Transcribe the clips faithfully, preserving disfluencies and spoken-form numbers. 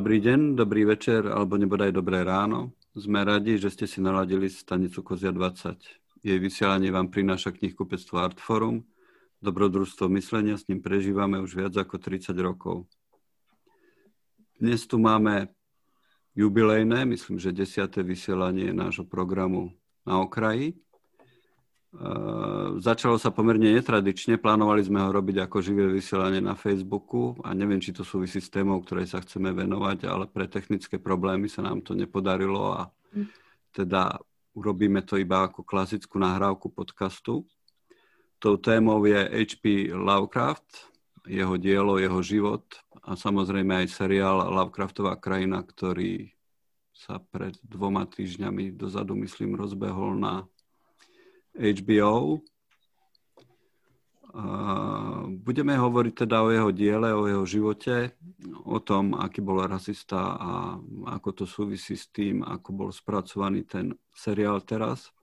Dobrý deň, dobrý večer, alebo nebodaj dobré ráno. Sme radi, že ste si naladili stanicu Kozia dvadsať. Jej vysielanie vám prináša knihkupectvo Artforum. Dobrodružstvo myslenia, s ním prežívame už viac ako tridsať rokov. Dnes tu máme jubilejné, myslím, že desiate vysielanie nášho programu Na okraji. Uh, začalo sa pomerne netradične, plánovali sme ho robiť ako živé vysielanie na Facebooku a neviem, či to súvisí s témou, ktorej sa chceme venovať, ale pre technické problémy sa nám to nepodarilo a teda urobíme to iba ako klasickú nahrávku podcastu. Tou témou je há pé Lovecraft, jeho dielo, jeho život a samozrejme aj seriál Lovecraftová krajina, ktorý sa pred dvoma týždňami dozadu, myslím, rozbehol na há bé ó. Budeme hovoriť teda o jeho diele, o jeho živote, o tom, aký bol rasista a ako to súvisí s tým, ako bol spracovaný ten seriál teraz.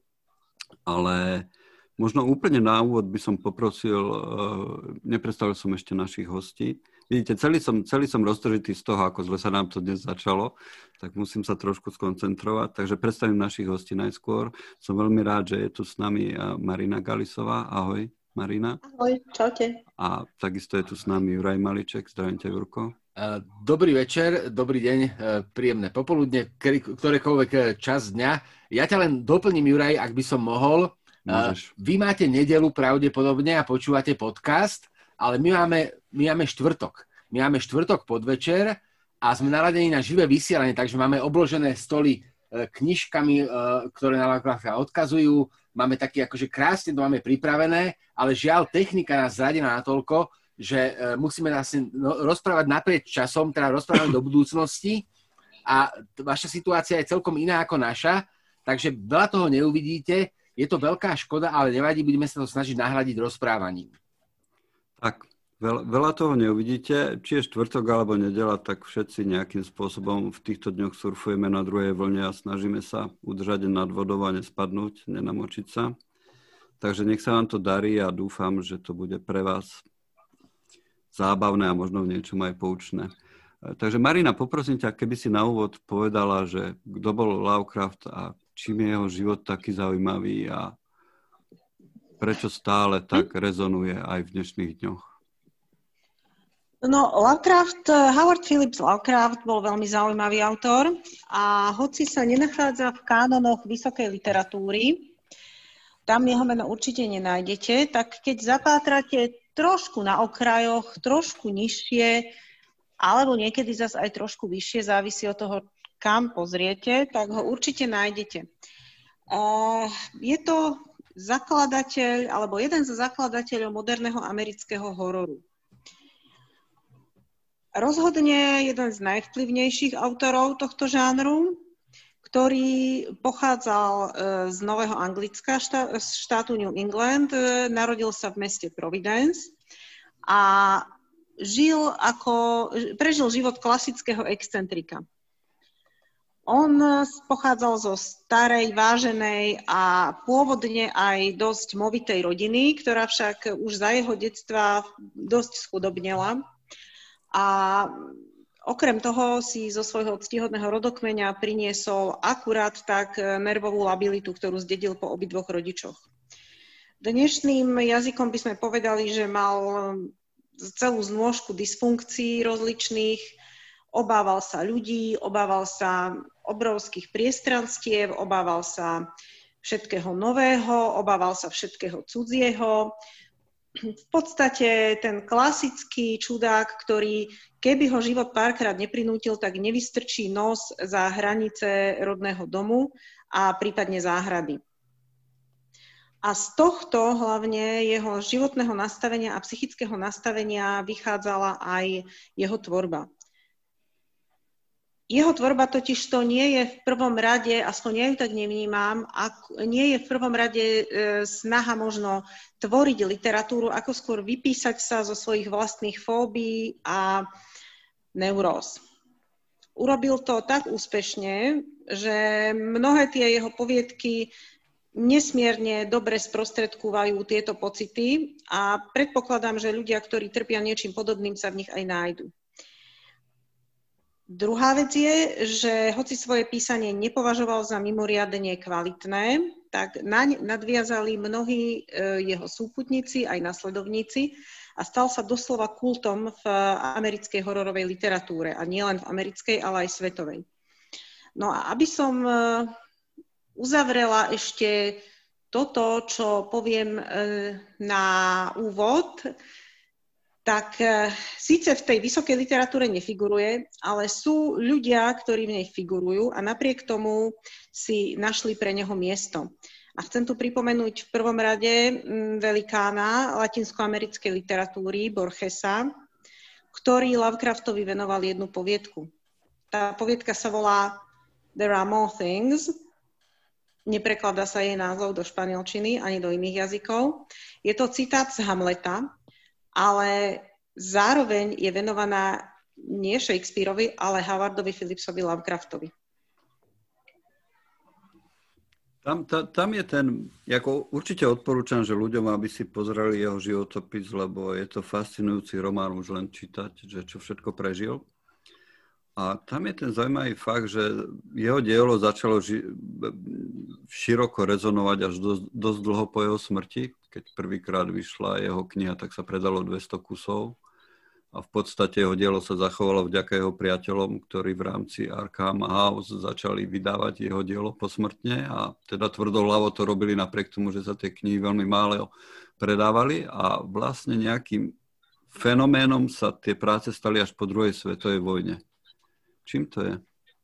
Ale možno úplne na úvod by som poprosil, nepredstavil som ešte našich hostí. Vidíte, celý som, celý som roztržitý z toho, ako zle sa nám to dnes začalo, tak musím sa trošku skoncentrovať. Takže predstavím našich hostí najskôr. Som veľmi rád, že je tu s nami Marina Galisová. Ahoj, Marina. Ahoj, čaute. A takisto je tu s nami Juraj Maliček. Zdravím ťa, Jurko. Dobrý večer, dobrý deň, príjemné popoludne, ktorékoľvek čas dňa. Ja ťa len doplním, Juraj, ak by som mohol. Môžeš. Vy máte nedeľu pravdepodobne a počúvate podcast, ale my máme, my máme štvrtok. My máme štvrtok podvečer a sme naladení na živé vysielanie, takže máme obložené stoly knižkami, ktoré na Lovecrafta odkazujú. Máme taký, akože krásne to máme pripravené, ale žiaľ, technika nás zradená natoľko, že musíme nás rozprávať naprieč časom, teda rozprávať do budúcnosti a vaša situácia je celkom iná ako naša, takže veľa toho neuvidíte. Je to veľká škoda, ale nevadí, budeme sa to snažiť nahradiť rozprávaním. Tak, veľa, veľa toho neuvidíte. Či je štvrtok alebo nedeľa, tak všetci nejakým spôsobom v týchto dňoch surfujeme na druhej vlne a snažíme sa udržať nad vodou a nespadnúť, nenamočiť sa. Takže nech sa vám to darí a dúfam, že to bude pre vás zábavné a možno v niečom aj poučné. Takže Marina, poprosím ťa, keby si na úvod povedala, že kto bol Lovecraft a čím je jeho život taký zaujímavý a prečo stále tak rezonuje aj v dnešných dňoch? No, Lovecraft, Howard Phillips Lovecraft bol veľmi zaujímavý autor a hoci sa nenachádza v kánonoch vysokej literatúry, tam jeho meno určite nenájdete, tak keď zapátrate trošku na okrajoch, trošku nižšie, alebo niekedy zase aj trošku vyššie, závisí od toho, kam pozriete, tak ho určite nájdete. Uh, je to zakladateľ, alebo jeden zo zakladateľov moderného amerického hororu. Rozhodne jeden z najvplyvnejších autorov tohto žánru, ktorý pochádzal z Nového Anglicka, štá, z štátu New England, narodil sa v meste Providence a žil ako, prežil život klasického excentrika. On pochádzal zo starej, váženej a pôvodne aj dosť movitej rodiny, ktorá však už za jeho detstva dosť schudobnela. A okrem toho si zo svojho ctihodného rodokmeňa priniesol akurát tak nervovú labilitu, ktorú zdedil po obidvoch rodičoch. Dnešným jazykom by sme povedali, že mal celú znôžku dysfunkcií rozličných, obával sa ľudí, obával sa obrovských priestranstiev, obával sa všetkého nového, obával sa všetkého cudzieho. V podstate ten klasický čudák, ktorý keby ho život párkrát neprinútil, tak nevystrčí nos za hranice rodného domu a prípadne záhrady. A z tohto hlavne jeho životného nastavenia a psychického nastavenia vychádzala aj jeho tvorba. Jeho tvorba totiž to nie je v prvom rade, aspoň ja ju tak nevnímam, ak, nie je v prvom rade e, snaha možno tvoriť literatúru, ako skôr vypísať sa zo svojich vlastných fóbií a neuróz. Urobil to tak úspešne, že mnohé tie jeho poviedky nesmierne dobre sprostredkúvajú tieto pocity a predpokladám, že ľudia, ktorí trpia niečím podobným, sa v nich aj nájdu. Druhá vec je, že hoci svoje písanie nepovažoval za mimoriadne kvalitné, tak naň nadviazali mnohí jeho súputníci, aj nasledovníci a stal sa doslova kultom v americkej hororovej literatúre. A nielen v americkej, ale aj svetovej. No a aby som uzavrela ešte toto, čo poviem na úvod, tak síce v tej vysokej literatúre nefiguruje, ale sú ľudia, ktorí v nej figurujú a napriek tomu si našli pre neho miesto. A chcem tu pripomenúť v prvom rade velikána latinskoamerickej literatúry Borgesa, ktorý Lovecraftovi venoval jednu poviedku. Tá poviedka sa volá There are more things. Neprekladá sa jej názov do španielčiny ani do iných jazykov. Je to citát z Hamleta, ale zároveň je venovaná nie Shakespeareovi, ale Howardovi Phillipsovi Lovecraftovi. Tam, ta, tam je ten, ako určite odporúčam, že ľuďom, aby si pozreli jeho životopis, lebo je to fascinujúci román už len čítať, že čo všetko prežil. A tam je ten zaujímavý fakt, že jeho dielo začalo ži- široko rezonovať až dosť, dosť dlho po jeho smrti. Keď prvýkrát vyšla jeho kniha, tak sa predalo dvesto kusov. A v podstate jeho dielo sa zachovalo vďaka jeho priateľom, ktorí v rámci Arkham House začali vydávať jeho dielo posmrtne a teda tvrdohlavo to robili napriek tomu, že sa tie knihy veľmi málo predávali a vlastne nejakým fenoménom sa tie práce stali až po druhej svetovej vojne. Čím to je?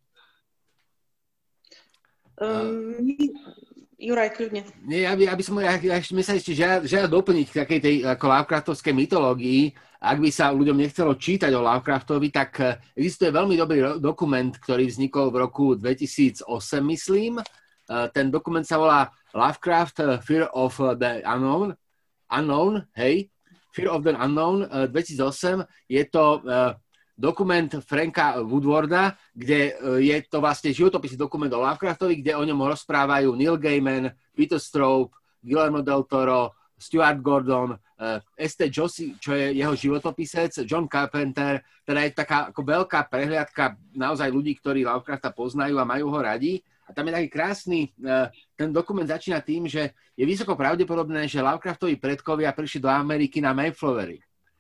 Um, Juraj, kľudne. Nie, ja by, ja by som, ja, ja, my sa ešte žiada, žiada doplniť k takej tej ako Lovecraftovskej mytológii. Ak by sa ľuďom nechcelo čítať o Lovecraftovi, tak existuje veľmi dobrý dokument, ktorý vznikol v roku dvetisícosem, myslím. Ten dokument sa volá Lovecraft Fear of the Unknown. Unknown, hej. Fear of the Unknown dvetisícosem. Je to dokument Franka Woodwarda, kde je to vlastne životopisný dokument o Lovecraftovi, kde o ňom rozprávajú Neil Gaiman, Peter Straub, Guillermo del Toro, Stuart Gordon, es té Joshi, čo je jeho životopisec, John Carpenter, teda je taká ako veľká prehliadka naozaj ľudí, ktorí Lovecrafta poznajú a majú ho radi. A tam je taký krásny, ten dokument začína tým, že je vysoko pravdepodobné, že Lovecraftovi predkovia prišli do Ameriky na Mayflowery.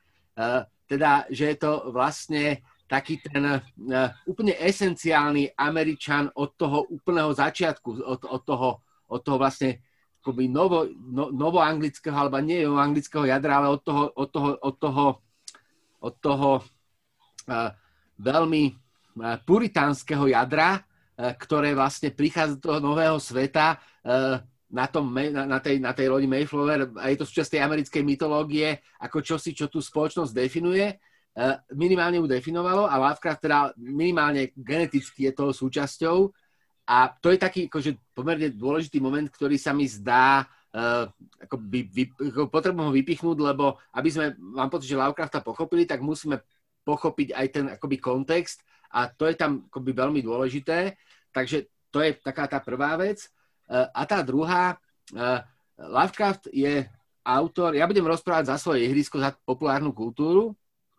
Teda, že je to vlastne taký ten uh, úplne esenciálny Američan od toho úplného začiatku, od, od, toho, od toho vlastne akoby novo, no, novoanglického, alebo nie anglického jadra, ale od toho, od toho, od toho, od toho uh, veľmi uh, puritánskeho jadra, uh, ktoré vlastne prichádza do toho nového sveta uh, na, tom, na, na, tej, na tej lodi Mayflower, a je to súčasť tej americkej mytológie, ako čosi, čo tú spoločnosť definuje. Minimálne ju definovalo a Lovecraft teda minimálne geneticky je toho súčasťou. A to je taký akože, pomerne dôležitý moment, ktorý sa mi zdá, uh, ako by, vy, ako potrebujem ho vypichnúť, lebo aby sme, mám pocit, že Lovecrafta pochopili, tak musíme pochopiť aj ten akoby kontext a to je tam akoby veľmi dôležité. Takže to je taká tá prvá vec. A tá druhá, Lovecraft je autor, ja budem rozprávať za svoje ihrisko, za populárnu kultúru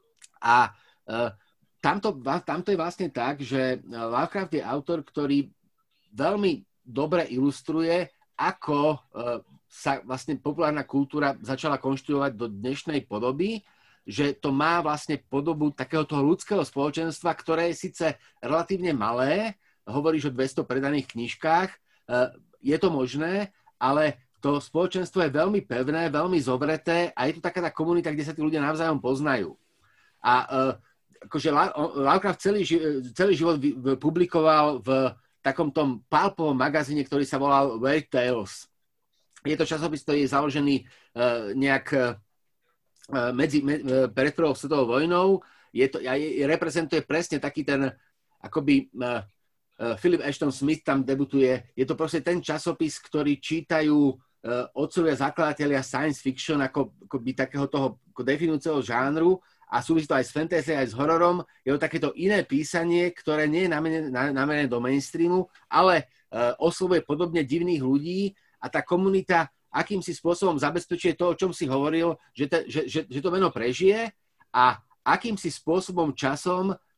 a tamto, tamto je vlastne tak, že Lovecraft je autor, ktorý veľmi dobre ilustruje, ako sa vlastne populárna kultúra začala konštruovať do dnešnej podoby, že to má vlastne podobu takého toho ľudského spoločenstva, ktoré je síce relatívne malé, hovoríš o dvesto predaných knižkách, je to možné, ale to spoločenstvo je veľmi pevné, veľmi zovreté a je to taká tá komunita, kde sa tí ľudia navzájom poznajú. A uh, akože Lovecraft celý, celý život publikoval v takom tom pulpovom magazíne, ktorý sa volal Weird Tales. Je to časopis, ktorý je založený uh, nejak uh, medzi, med, uh, pred prvou svetovou vojnou. Je to, a je, reprezentuje presne taký ten akoby uh, Philip Ashton Smith tam debutuje. Je to proste ten časopis, ktorý čítajú uh, otcovia zakladatelia science fiction ako, ako by takého toho ako definujúceho žánru a súvisí to aj s fantasy, aj s hororom. Je to takéto iné písanie, ktoré nie je namené, namené do mainstreamu, ale uh, oslovuje podobne divných ľudí a tá komunita akýmsi spôsobom zabezpečuje to, o čom si hovoril, že, te, že, že, že to meno prežije a akýmsi spôsobom časom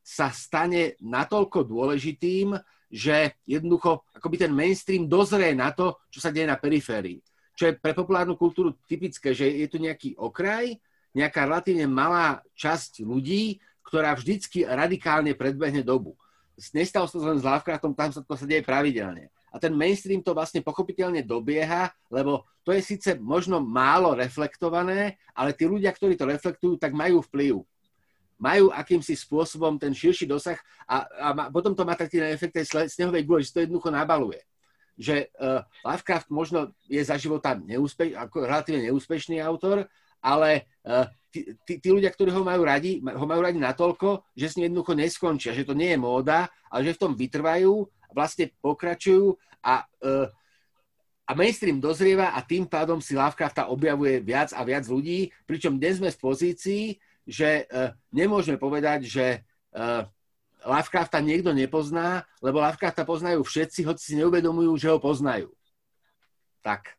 sa stane natoľko dôležitým, že jednoducho akoby ten mainstream dozrie na to, čo sa deje na periférii. Čo je pre populárnu kultúru typické, že je tu nejaký okraj, nejaká relatívne malá časť ľudí, ktorá vždycky radikálne predbehne dobu. Nestalo sa to len s Lovecraftom, tam sa to sa deje pravidelne. A ten mainstream to vlastne pochopiteľne dobieha, lebo to je síce možno málo reflektované, ale tí ľudia, ktorí to reflektujú, tak majú vplyv. Majú akýmsi spôsobom ten širší dosah a, a potom to má taký efekt tej snehovej gule, že to jednoducho nabaluje. Že uh, Lovecraft možno je za života neúspeš, ako relatívne neúspešný autor, ale uh, tí, tí, tí ľudia, ktorí ho majú radi, ho majú radi natoľko, že s ním jednoducho neskončia, že to nie je móda, ale že v tom vytrvajú, vlastne pokračujú a, uh, a mainstream dozrieva a tým pádom si Lovecrafta objavuje viac a viac ľudí, pričom dnes sme v pozícii, že uh, nemôžeme povedať, že uh, Lovecrafta niekto nepozná, lebo Lovecrafta poznajú všetci, hoci si neuvedomujú, že ho poznajú. Tak.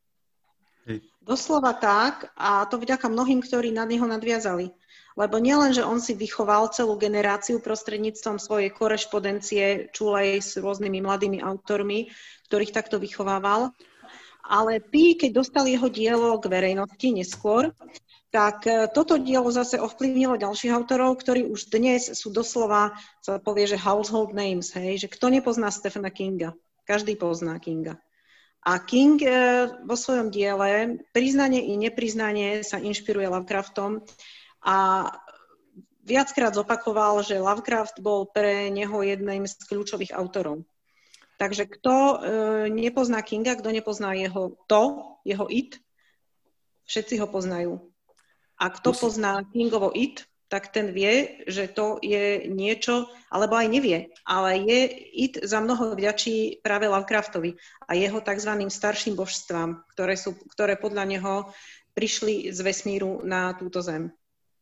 Doslova tak, a to vďaka mnohým, ktorí na neho nadviazali. Lebo nielen, že on si vychoval celú generáciu prostredníctvom svojej korešpondencie čulej s rôznymi mladými autormi, ktorých takto vychovával, ale tí, keď dostali jeho dielo k verejnosti neskôr, tak toto dielo zase ovplyvnilo ďalších autorov, ktorí už dnes sú doslova, sa povie, že household names, hej, že kto nepozná Stephena Kinga? Každý pozná Kinga. A King e, vo svojom diele, priznanie i nepriznanie, sa inšpiruje Lovecraftom a viackrát zopakoval, že Lovecraft bol pre neho jedným z kľúčových autorov. Takže kto e, nepozná Kinga, kto nepozná jeho to, jeho it, všetci ho poznajú. A kto pozná Kingovo it, tak ten vie, že to je niečo, alebo aj nevie, ale je it za mnoho vďačí práve Lovecraftovi a jeho tzv. Starším božstvám, ktoré, sú, ktoré podľa neho prišli z vesmíru na túto zem.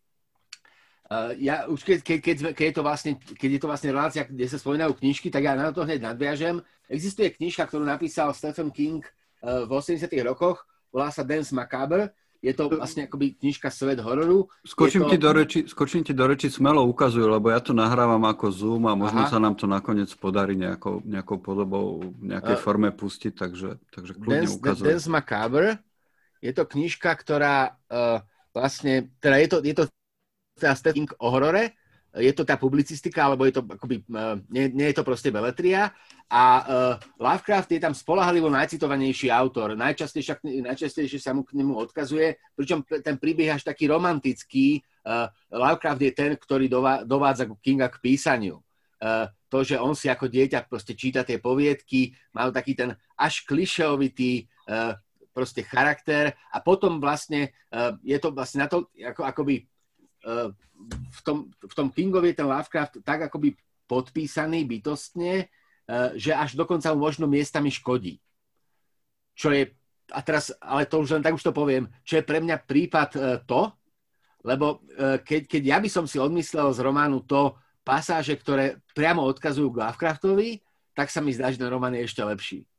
Uh, ja už keď, keď, keď, keď, je to vlastne, keď je to vlastne relácia, kde sa spomínajú knižky, tak ja na to hneď nadviažem. Existuje knižka, ktorú napísal Stephen King uh, v osemdesiatych rokoch, volá sa Danse Macabre. Je to vlastne akoby knižka Svet hororu. Skočím, to... ti do reči, skočím ti do reči, smelo ukazujú, lebo ja to nahrávam ako Zoom a možno Aha. sa nám to nakoniec podarí nejakou, nejakou podobou, v nejakej uh, forme pustiť, takže, takže kľudne Dance, ukazujú. Danse Macabre je to knižka, ktorá uh, vlastne, teda je to, je to teda Stephen King o horore, je to tá publicistika, alebo je to akoby, uh, nie, nie je to proste beletria. A uh, Lovecraft je tam spoľahlivo najcitovanejší autor. Najčastejšie, najčastejšie sa mu k nemu odkazuje, pričom ten príbeh až taký romantický. Uh, Lovecraft je ten, ktorý dová, dovádza Kinga k písaniu. Uh, to, že on si ako dieťa proste číta tie poviedky, mal taký ten až klišeovitý uh, proste charakter a potom vlastne uh, je to vlastne na to, ako, akoby uh, v, tom, v tom Kingovi ten Lovecraft tak akoby podpísaný bytostne, že až dokonca mu možno miestami škodí. Čo je, a teraz, ale to už len tak už to poviem, čo je pre mňa prípad to, lebo keď, keď ja by som si odmyslel z románu to pasáže, ktoré priamo odkazujú k Lovecraftovi, tak sa mi zdá, že ten román je ešte lepší.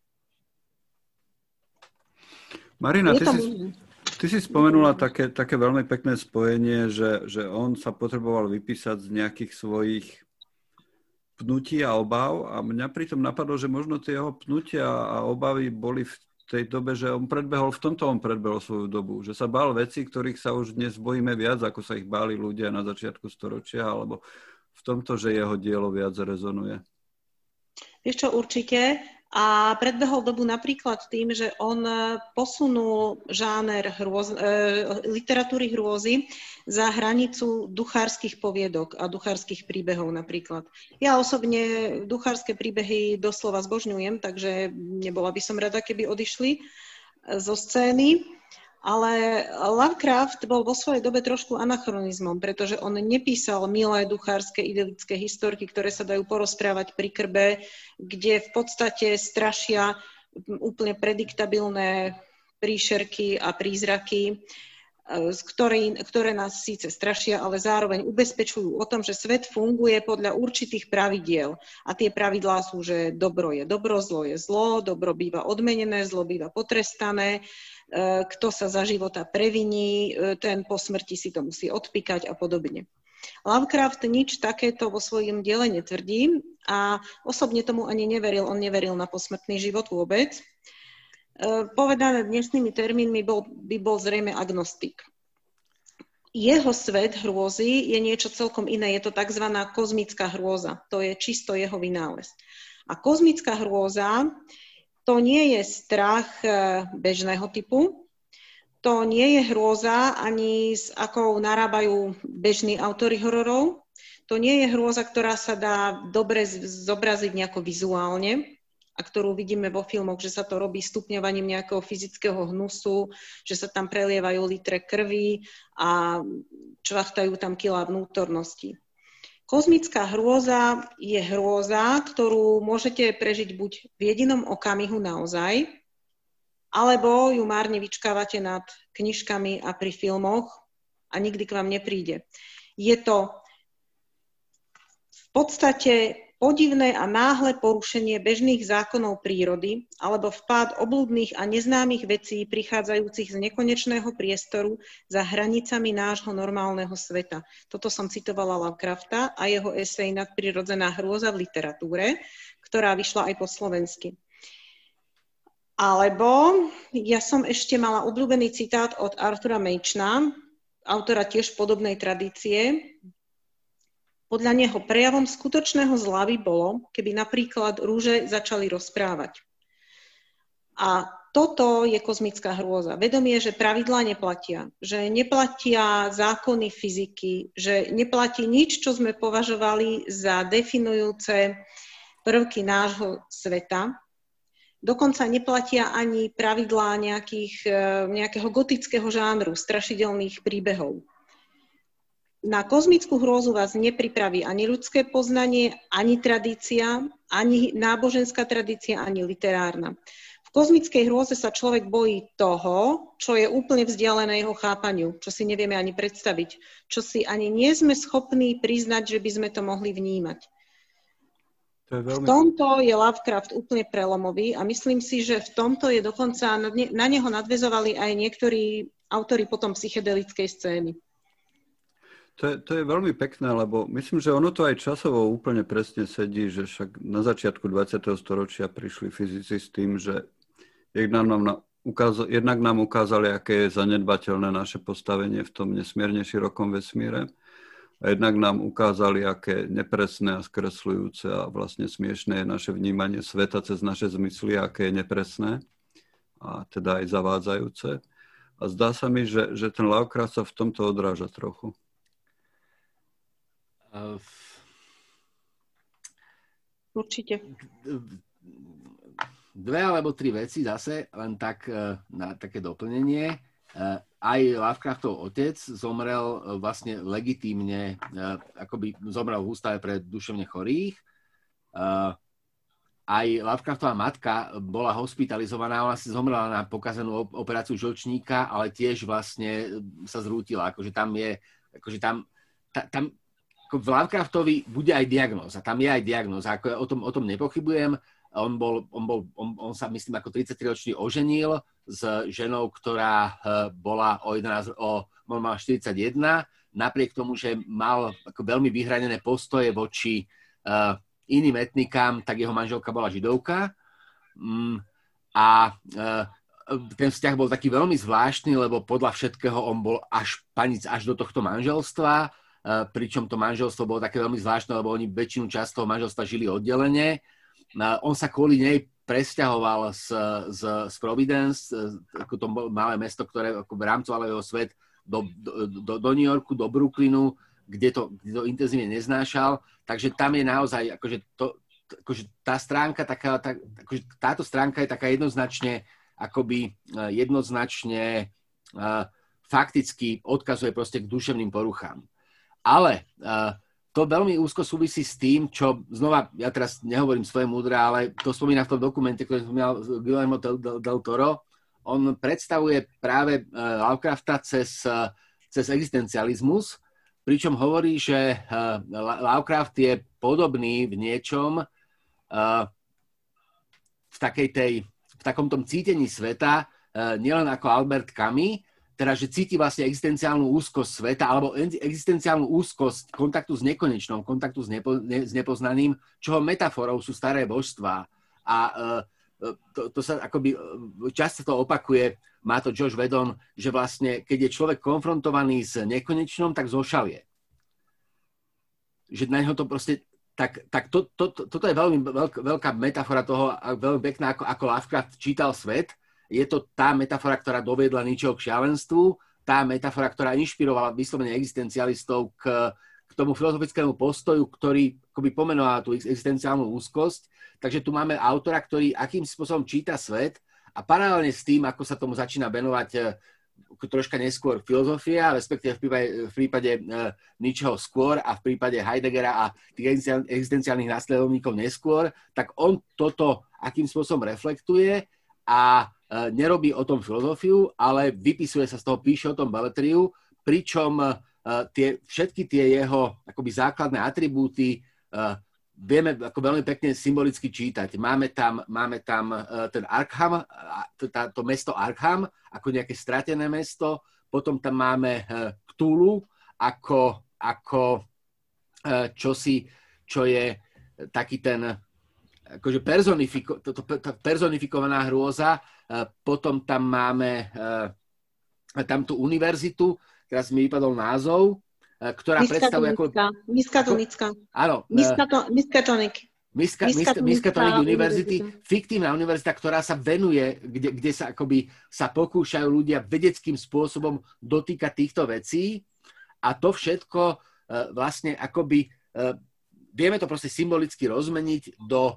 Marina, ty si, ty si spomenula také, také veľmi pekné spojenie, že, že on sa potreboval vypísať z nejakých svojich pnutí a obav a mňa pritom napadlo, že možno tie jeho pnutia a obavy boli v tej dobe, že on predbehol, v tomto on predbehol svoju dobu, že sa bál veci, ktorých sa už dnes bojíme viac, ako sa ich báli ľudia na začiatku storočia, alebo v tomto, že jeho dielo viac rezonuje. Vieš čo, určite. A predbehol dobu napríklad tým, že on posunul žáner hrôz, e, literatúry hrôzy za hranicu duchárskych poviedok a duchárskych príbehov napríklad. Ja osobne duchárske príbehy doslova zbožňujem, takže nebola by som rada, keby odišli zo scény. Ale Lovecraft bol vo svojej dobe trošku anachronizmom, pretože on nepísal milé duchárske idylické historky, ktoré sa dajú porozprávať pri krbe, kde v podstate strašia úplne prediktabilné príšerky a prízraky, ktoré, ktoré nás síce strašia, ale zároveň ubezpečujú o tom, že svet funguje podľa určitých pravidiel. A tie pravidlá sú, že dobro je dobro, zlo je zlo, dobro býva odmenené, zlo býva potrestané. Kto sa za života previní, ten po smrti si to musí odpíkať a podobne. Lovecraft nič takéto vo svojom diele netvrdí a osobne tomu ani neveril. On neveril na posmrtný život vôbec. Povedané dnešnými termínmi bol, by bol zrejme agnostik. Jeho svet hrôzy je niečo celkom iné. Je to tzv. Kozmická hrôza. To je čisto jeho vynález. A kozmická hrôza to nie je strach bežného typu. To nie je hrôza, ani s akou narábajú bežní autori hororov. To nie je hrôza, ktorá sa dá dobre zobraziť nejako vizuálne a ktorú vidíme vo filmoch, že sa to robí stupňovaním nejakého fyzického hnusu, že sa tam prelievajú litre krvi a čvachtajú tam kilá vnútornosti. Kozmická hrôza je hrôza, ktorú môžete prežiť buď v jedinom okamihu naozaj, alebo ju márne vyčkávate nad knižkami a pri filmoch a nikdy k vám nepríde. Je to v podstate podivné a náhle porušenie bežných zákonov prírody alebo vpád obludných a neznámych vecí prichádzajúcich z nekonečného priestoru za hranicami nášho normálneho sveta. Toto som citovala Lovecrafta a jeho esej Nadprirodzená hrôza v literatúre, ktorá vyšla aj po slovensky. Alebo ja som ešte mala obľúbený citát od Arthura Machna, autora tiež podobnej tradície. Podľa neho prejavom skutočného zla by bolo, keby napríklad rúže začali rozprávať. A toto je kozmická hrôza. Vedomie, že pravidlá neplatia, že neplatia zákony fyziky, že neplatí nič, čo sme považovali za definujúce prvky nášho sveta. Dokonca neplatia ani pravidlá nejakých, nejakého gotického žánru, strašidelných príbehov. Na kozmickú hrôzu vás nepripraví ani ľudské poznanie, ani tradícia, ani náboženská tradícia, ani literárna. V kozmickej hrôze sa človek bojí toho, čo je úplne vzdialené jeho chápaniu, čo si nevieme ani predstaviť, čo si ani nie sme schopní priznať, že by sme to mohli vnímať. To je veľmi... V tomto je Lovecraft úplne prelomový a myslím si, že v tomto je dokonca, na neho nadväzovali aj niektorí autori potom psychedelickej scény. To je, to je veľmi pekné, lebo myslím, že ono to aj časovo úplne presne sedí, že však na začiatku dvadsiateho storočia prišli fyzici s tým, že jednak nám, ukázali, jednak nám ukázali, aké je zanedbateľné naše postavenie v tom nesmierne širokom vesmíre a jednak nám ukázali, aké nepresné a skresľujúce a vlastne smiešné je naše vnímanie sveta cez naše zmysly, aké je nepresné a teda aj zavádzajúce. A zdá sa mi, že, že ten Lovecraft sa v tomto odráža trochu. Určite. Dve alebo tri veci zase, len tak na také doplnenie. Aj Lovecraftov otec zomrel vlastne legitímne, akoby zomrel v ústave pre duševne chorých. Aj Lovecraftová matka bola hospitalizovaná, ona si zomrela na pokazenú operáciu žlčníka, ale tiež vlastne sa zrútila. Akože tam je, akože tam, ta, tam v Lovecraftovi bude aj diagnóza, tam je aj diagnóza, ako o tom, o tom nepochybujem. On, bol, on, bol, on, on sa, myslím, ako tridsaťtriročný oženil s ženou, ktorá bola o jedenásť, o, on mal štyridsaťjeden, napriek tomu, že mal ako veľmi vyhranené postoje voči uh, iným etnikám, tak jeho manželka bola židovka. Um, a uh, ten vzťah bol taký veľmi zvláštny, lebo podľa všetkého on bol až panic až do tohto manželstva, pričom to manželstvo bolo také veľmi zvláštne, lebo oni väčšinu časť toho manželstva žili oddelene. On sa kvôli nej presťahoval z, z, z Providence, ako to malé mesto, ktoré ako rámcovalo jeho svet, do, do, do New Yorku, do Brooklynu, kde to, kde to intenzívne neznášal. Takže tam je naozaj, akože, to, akože tá stránka, taká, tá, akože táto stránka je taká jednoznačne, akoby jednoznačne uh, fakticky odkazuje proste k duševným poruchám. Ale uh, to veľmi úzko súvisí s tým, čo znova, ja teraz nehovorím svoje múdre, ale to spomína v tom dokumente, ktorý spomínal Guillermo del, del, del Toro. On predstavuje práve uh, Lovecrafta cez, uh, cez existencializmus, pričom hovorí, že uh, Lovecraft je podobný v niečom uh, v takej tej, v takom tom cítení sveta, uh, nielen ako Albert Camus, teda, že cíti vlastne existenciálnu úzkosť sveta alebo existenciálnu úzkosť kontaktu s nekonečnom, kontaktu s, nepo, ne, s nepoznaným, čoho metaforou sú staré božstvá. A uh, to, to sa akoby často to opakuje, má to Josh Whedon, že vlastne, keď je človek konfrontovaný s nekonečnom, tak zošalie. Že na neho to proste, tak, tak to, to, to, toto je veľmi veľk, veľká metafora toho, veľmi pekná, ako, ako Lovecraft čítal svet. Je to tá metafora, ktorá doviedla Nietzscheho k šialenstvu, tá metafora, ktorá inšpirovala vyslovene existencialistov k, k tomu filozofickému postoju, ktorý akoby pomenoval tú existenciálnu úzkosť. Takže tu máme autora, ktorý akým spôsobom číta svet a paralelne s tým, ako sa tomu začína venovať troška neskôr filozofia, respektíve v prípade, v prípade Nietzscheho skôr a v prípade Heideggera a tých existenciálnych následovníkov neskôr, tak on toto akým spôsobom reflektuje a nerobí o tom filozofiu, ale vypisuje sa z toho, píše o tom beletriu, pričom tie, všetky tie jeho akoby základné atribúty vieme ako veľmi pekne symbolicky čítať. Máme tam, máme tam ten Arkham, to mesto Arkham, ako nejaké stratené mesto, potom tam máme Cthulhu ako, ako čosi, čo je taký ten akože personifiko, to, to, to, personifikovaná hrôza. Potom tam máme tam tú univerzitu, teraz mi vypadol názov, ktorá predstavuje ako... Miskatonická. Áno. Miskatonik. Miskatonic University, fiktívna univerzita, ktorá sa venuje, kde, kde sa akoby sa pokúšajú ľudia vedeckým spôsobom dotýkať týchto vecí a to všetko vlastne akoby vieme to proste symbolicky rozmeniť do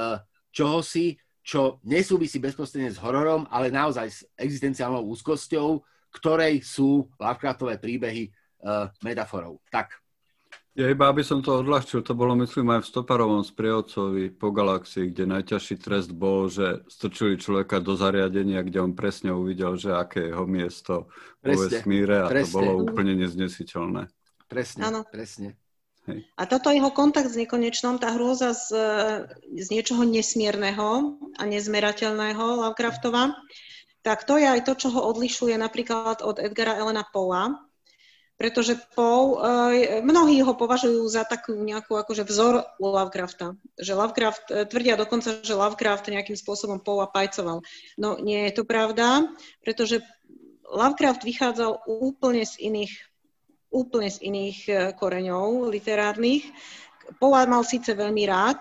čohosi, čo nesúvisí bezprostredne s hororom, ale naozaj s existenciálnou úzkosťou, ktorej sú Lovecraftové príbehy uh, metaforou. Tak. Ja iba, aby som to odľahčil, to bolo, myslím, aj v Stoparovom sprievodcovi po galaxii, kde najťažší trest bol, že strčili človeka do zariadenia, kde on presne uvidel, že aké je jeho miesto vo vesmíre a presne. To bolo úplne neznesiteľné. Presne, ano. presne. Hej. A toto jeho kontakt s nekonečnom, tá hrôza z, z niečoho nesmierneho a nezmerateľného Lovecraftova, tak to je aj to, čo ho odlišuje napríklad od Edgara Allana Poea, pretože Poe, mnohí ho považujú za takú nejakú akože vzor u Lovecrafta. Že Lovecraft, tvrdia dokonca, že Lovecraft nejakým spôsobom Poea pajcoval. No nie je to pravda, pretože Lovecraft vychádzal úplne z iných úplne z iných koreňov literárnych. Poea mal síce veľmi rád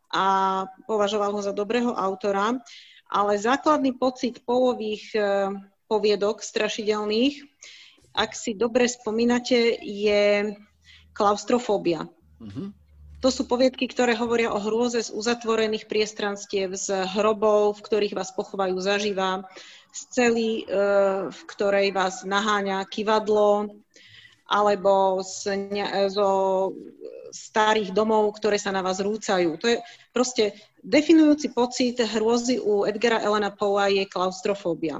a považoval ho za dobrého autora, ale základný pocit Poeových poviedok strašidelných, ak si dobre spomínate, je klaustrofóbia. Mm-hmm. To sú poviedky, ktoré hovoria o hrôze z uzatvorených priestranstiev, z hrobov, v ktorých vás pochovajú zaživa, z celí, v ktorej vás naháňa kivadlo, alebo z, ne, zo starých domov, ktoré sa na vás rúcajú. To je proste definujúci pocit hrôzy u Edgara Allana Poea je klaustrofóbia.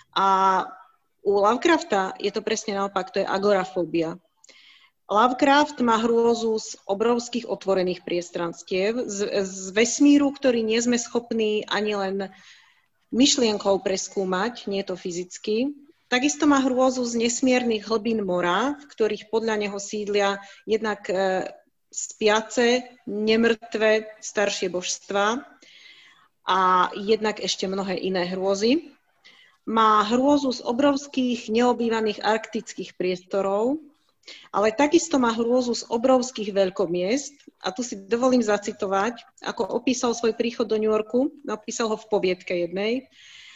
A u Lovecrafta je to presne naopak, to je agorafóbia. Lovecraft má hrôzu z obrovských otvorených priestranstiev, z, z vesmíru, ktorý nie sme schopní ani len myšlienkou preskúmať, nie to fyzicky. Takisto má hrôzu z nesmiernych hlbín mora, v ktorých podľa neho sídlia jednak e, spiace, nemrtvé, staršie božstvá a jednak ešte mnohé iné hrôzy. Má hrôzu z obrovských neobývaných arktických priestorov, ale takisto má hrôzu z obrovských veľkomiest. A tu si dovolím zacitovať, ako opísal svoj príchod do New Yorku, napísal ho v poviedke jednej.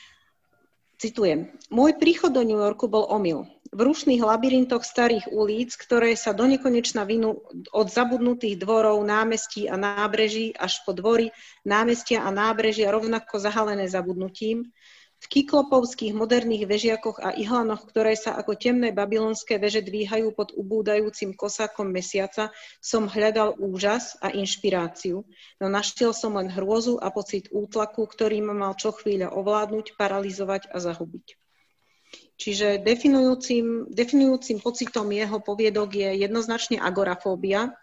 Citujem. Môj príchod do New Yorku bol omyl. V rušných labyrintoch starých ulic, ktoré sa donekonečna vinú od zabudnutých dvorov, námestí a nábreží až po dvory, námestia a nábrežia rovnako zahalené zabudnutím, v kyklopovských moderných vežiakoch a ihlanoch, ktoré sa ako temné babylonské veže dvíhajú pod ubúdajúcim kosákom mesiaca, som hľadal úžas a inšpiráciu, no našiel som len hrôzu a pocit útlaku, ktorý ma mal čo chvíľa ovládnuť, paralyzovať a zahubiť. Čiže definujúcim, definujúcim pocitom jeho poviedok je jednoznačne agorafóbia,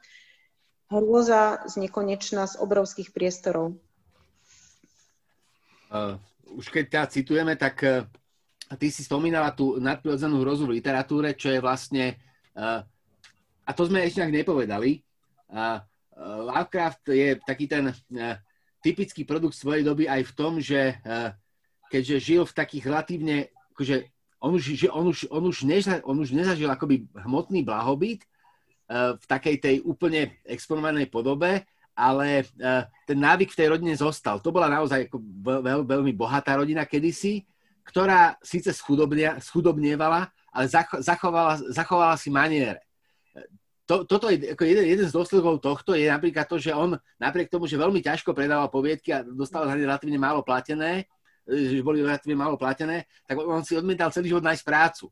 hrôza z nekonečna z obrovských priestorov. Uh. Už keď ťa citujeme, tak ty si spomínala tú nadprirodzenú hrozu v literatúre, čo je vlastne, uh, a to sme ešte nejak nepovedali, uh, uh, Lovecraft je taký ten uh, typický produkt svojej doby aj v tom, že uh, keďže žil v takých relatívne, akože on už, že on už, on už, neža, on už nezažil akoby hmotný blahobyt uh, v takej tej úplne exponovanej podobe, ale uh, ten návyk v tej rodine zostal. To bola naozaj ako veľ, veľmi bohatá rodina kedysi, ktorá síce schudobnievala, ale zachovala, zachovala si maniere. To, toto je ako jeden, jeden z dôsledkov tohto je napríklad to, že on napriek tomu, že veľmi ťažko predával poviedky a dostal za ne relatívne málo platené, že boli relatívne málo platené, tak on si odmietal celý život nájsť prácu.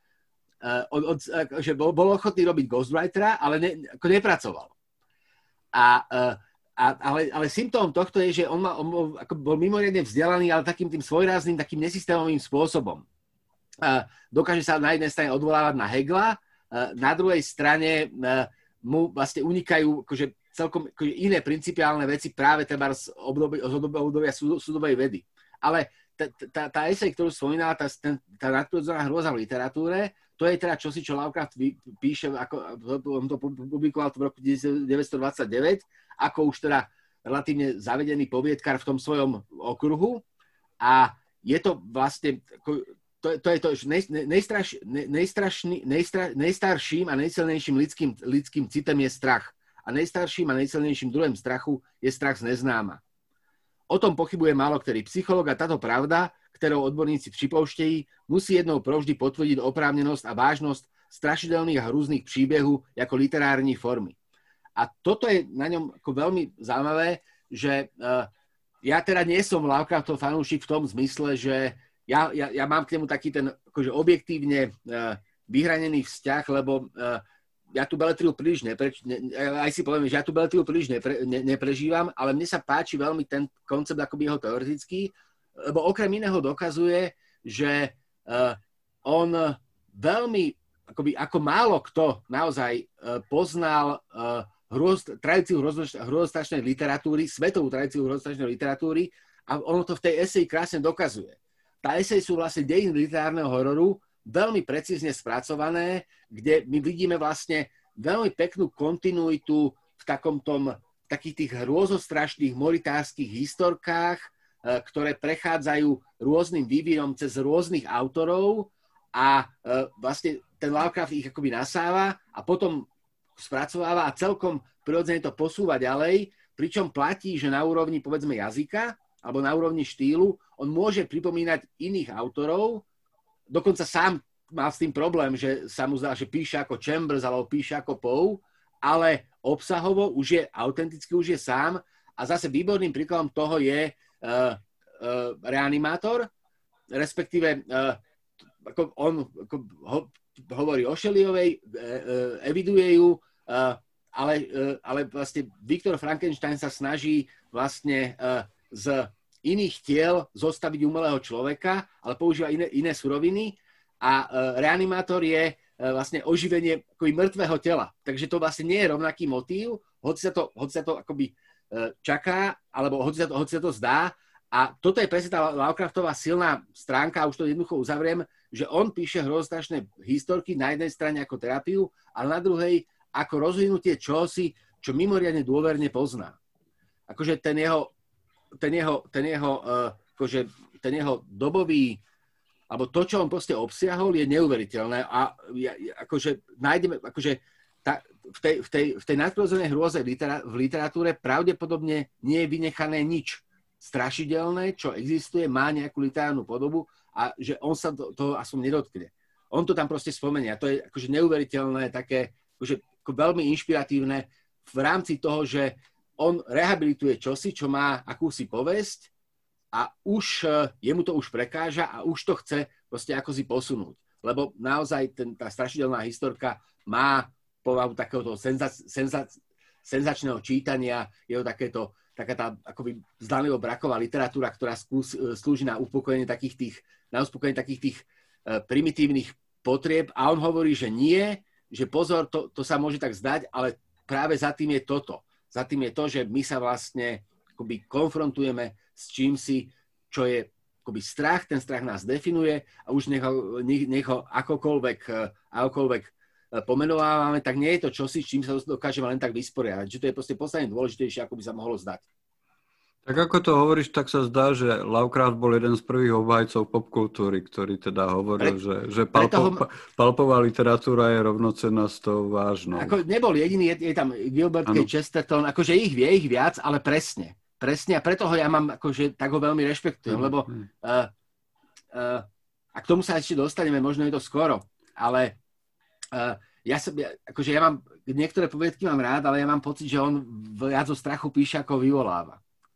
Uh, od, od, že bol, bol ochotný robiť ghostwritera, ale ne, ako nepracoval. A uh, A, ale, ale symptóm tohto je, že on, ma, on bol, ako bol mimoriadne vzdelaný, ale takým tým svojrázným, takým nesystémovým spôsobom. A dokáže sa na jednej strane odvolávať na Hegela, na druhej strane mu vlastne unikajú akože celkom akože iné principiálne veci práve treba z obdobia, z obdobia súdovej vedy. Ale tá, tá, tá esej, ktorú spomínala, tá, tá nadprirodzená hrôza v literatúre, to je teda čosi, čo Lovecraft píše, ako, on to publikoval v roku devätnásť dvadsaťdeväť, ako už teda relatívne zavedený poviedkar v tom svojom okruhu. A je to vlastne, to, to je to, že nejstraš, nejstrašný, nejstra, nejstarším a najsilnejším lidským, lidským citem je strach. A najstarším a najsilnejším druhým strachu je strach z neznáma. O tom pochybuje málo ktorý psychológ a táto pravda, ktorou odborníci v Šipoušteji musí jednou provždy potvrdiť oprávnenosť a vážnosť strašidelných a hrúznych príbehu ako literárnej formy. A toto je na ňom ako veľmi zaujímavé, že uh, ja teda nie som Lovecraftov fanúšik v tom zmysle, že ja, ja, ja mám k nemu taký ten akože objektívne uh, vyhranený vzťah, lebo uh, ja tú beletriu príliš nepreč, ne, aj si poviem, že ja tú beletriu príliš nepre, ne, neprežívam, ale mne sa páči veľmi ten koncept akoby jeho teoretický, lebo okrem iného dokazuje, že uh, on veľmi, akoby, ako málo kto naozaj uh, poznal uh, hroz, tradíciu hrozostrašnej literatúry, svetovú tradíciu hrozostrašnej literatúry a ono to v tej eseji krásne dokazuje. Tá esej sú vlastne dejiny literárneho hororu, veľmi precízne spracované, kde my vidíme vlastne veľmi peknú kontinuitu v takom tom, takých tých hrôzostrašných moritárskych historkách, ktoré prechádzajú rôznym vývinom cez rôznych autorov a vlastne ten Lovecraft ich akoby nasáva a potom spracováva a celkom prirodzene to posúva ďalej, pričom platí, že na úrovni povedzme jazyka alebo na úrovni štýlu on môže pripomínať iných autorov, dokonca sám má s tým problém, že sa mu zdá, že píše ako Chambers alebo píše ako Poe, ale obsahovo už je autenticky, už je sám a zase výborným príkladom toho je Uh, uh, reanimátor, respektíve uh, ako on ako ho, hovorí o Shelleyovej, uh, uh, eviduje ju, uh, ale, uh, ale vlastne Viktor Frankenstein sa snaží vlastne uh, z iných tiel zostaviť umelého človeka, ale používa iné, iné suroviny a uh, reanimátor je uh, vlastne oživenie akoby mŕtvého tela. Takže to vlastne nie je rovnaký motív, hoci sa to, hoci sa to akoby čaká, alebo hoci sa to, hoci sa to zdá. A toto je presne tá Lovecraftová silná stránka, a už to jednoducho uzavriem, že on píše hrozostrašné historky na jednej strane ako terapiu, ale na druhej ako rozvinutie čohosi, čo mimoriadne dôverne pozná. Akože ten jeho, ten jeho, ten jeho, uh, akože ten jeho dobový, alebo to, čo on proste obsiahol, je neuveriteľné. A ja, akože nájdeme, akože tá, v tej, v tej, v tej nadprirodzenej hrôze v, literá, v literatúre pravdepodobne nie je vynechané nič strašidelné, čo existuje, má nejakú literárnu podobu a že on sa to, toho aspoň nedotkne. On to tam proste spomenie. A to je akože neuveriteľné, také akože, ako veľmi inšpiratívne v rámci toho, že on rehabilituje čosi, čo má akúsi povesť a už jemu to už prekáža a už to chce proste ako si posunúť. Lebo naozaj ten, tá strašidelná historka má povahu takéhoto senza, senza, senzačného čítania, je to takéto, taká tá akoby zdanlivo braková literatúra, ktorá skús, slúži na upokojenie takých tých, na uspokojenie takých tých uh, primitívnych potrieb a on hovorí, že nie, že pozor, to, to sa môže tak zdať, ale práve za tým je toto. Za tým je to, že my sa vlastne akoby konfrontujeme s čímsi, čo je akoby strach, ten strach nás definuje a už nech ho, nech, nech ho akokoľvek, akokoľvek pomenovávame, tak nie je to čosi, s čím sa dokážeme len tak vysporiadať. Že to je proste podstatne dôležitejšie, ako by sa mohlo zdať. Tak ako to hovoríš, tak sa zdá, že Lovecraft bol jeden z prvých obhajcov popkultúry, ktorý teda hovoril, Pre, že, že palpo, ho... palpová literatúra je rovnocenná s tou vážnou. Ako nebol jediný, je, je tam Gilbert K. Chesterton, akože ich vie, ich viac, ale presne. Presne a preto ho ja mám, akože tak ho veľmi rešpektujem, lebo uh, uh, a k tomu sa ešte dostaneme, možno je to skoro, ale uh, ja, som, ja, akože ja mám, niektoré poviedky mám rád, ale ja mám pocit, že on viac zo strachu píše, ako vyvoláva.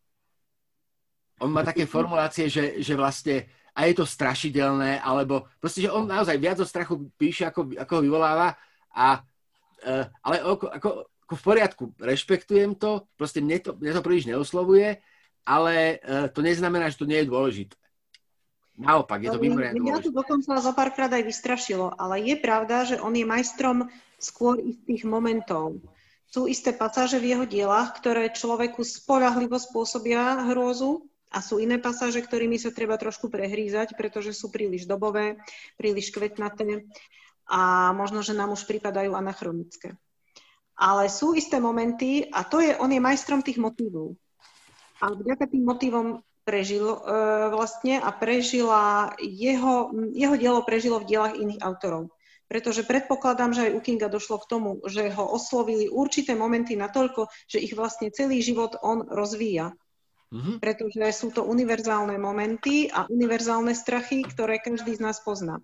On má také formulácie, že, že vlastne a je to strašidelné, alebo proste, že on naozaj viac zo strachu píše, ako, ako ho vyvoláva, a, uh, ale ako, ako, ako v poriadku, rešpektujem to, proste mne to, mne to príliš neoslovuje, ale uh, to neznamená, že to nie je dôležité. Naopak, je to mimoriadne dôležité. Mňa to dokonca zo párkrát aj vystrašilo, ale je pravda, že on je majstrom skôr istých momentov. Sú isté pasáže v jeho dielach, ktoré človeku spoľahlivo spôsobia hrôzu, a sú iné pasáže, ktorými sa treba trošku prehrízať, pretože sú príliš dobové, príliš kvetnaté a možno, že nám už pripadajú anachronické. Ale sú isté momenty, a to je, on je majstrom tých motívov. A vďaka tým motívom prežil e, vlastne a prežila jeho, jeho dielo prežilo v dielach iných autorov. Pretože predpokladám, že aj u Kinga došlo k tomu, že ho oslovili určité momenty natoľko, že ich vlastne celý život on rozvíja. Mm-hmm. Pretože sú to univerzálne momenty a univerzálne strachy, ktoré každý z nás pozná.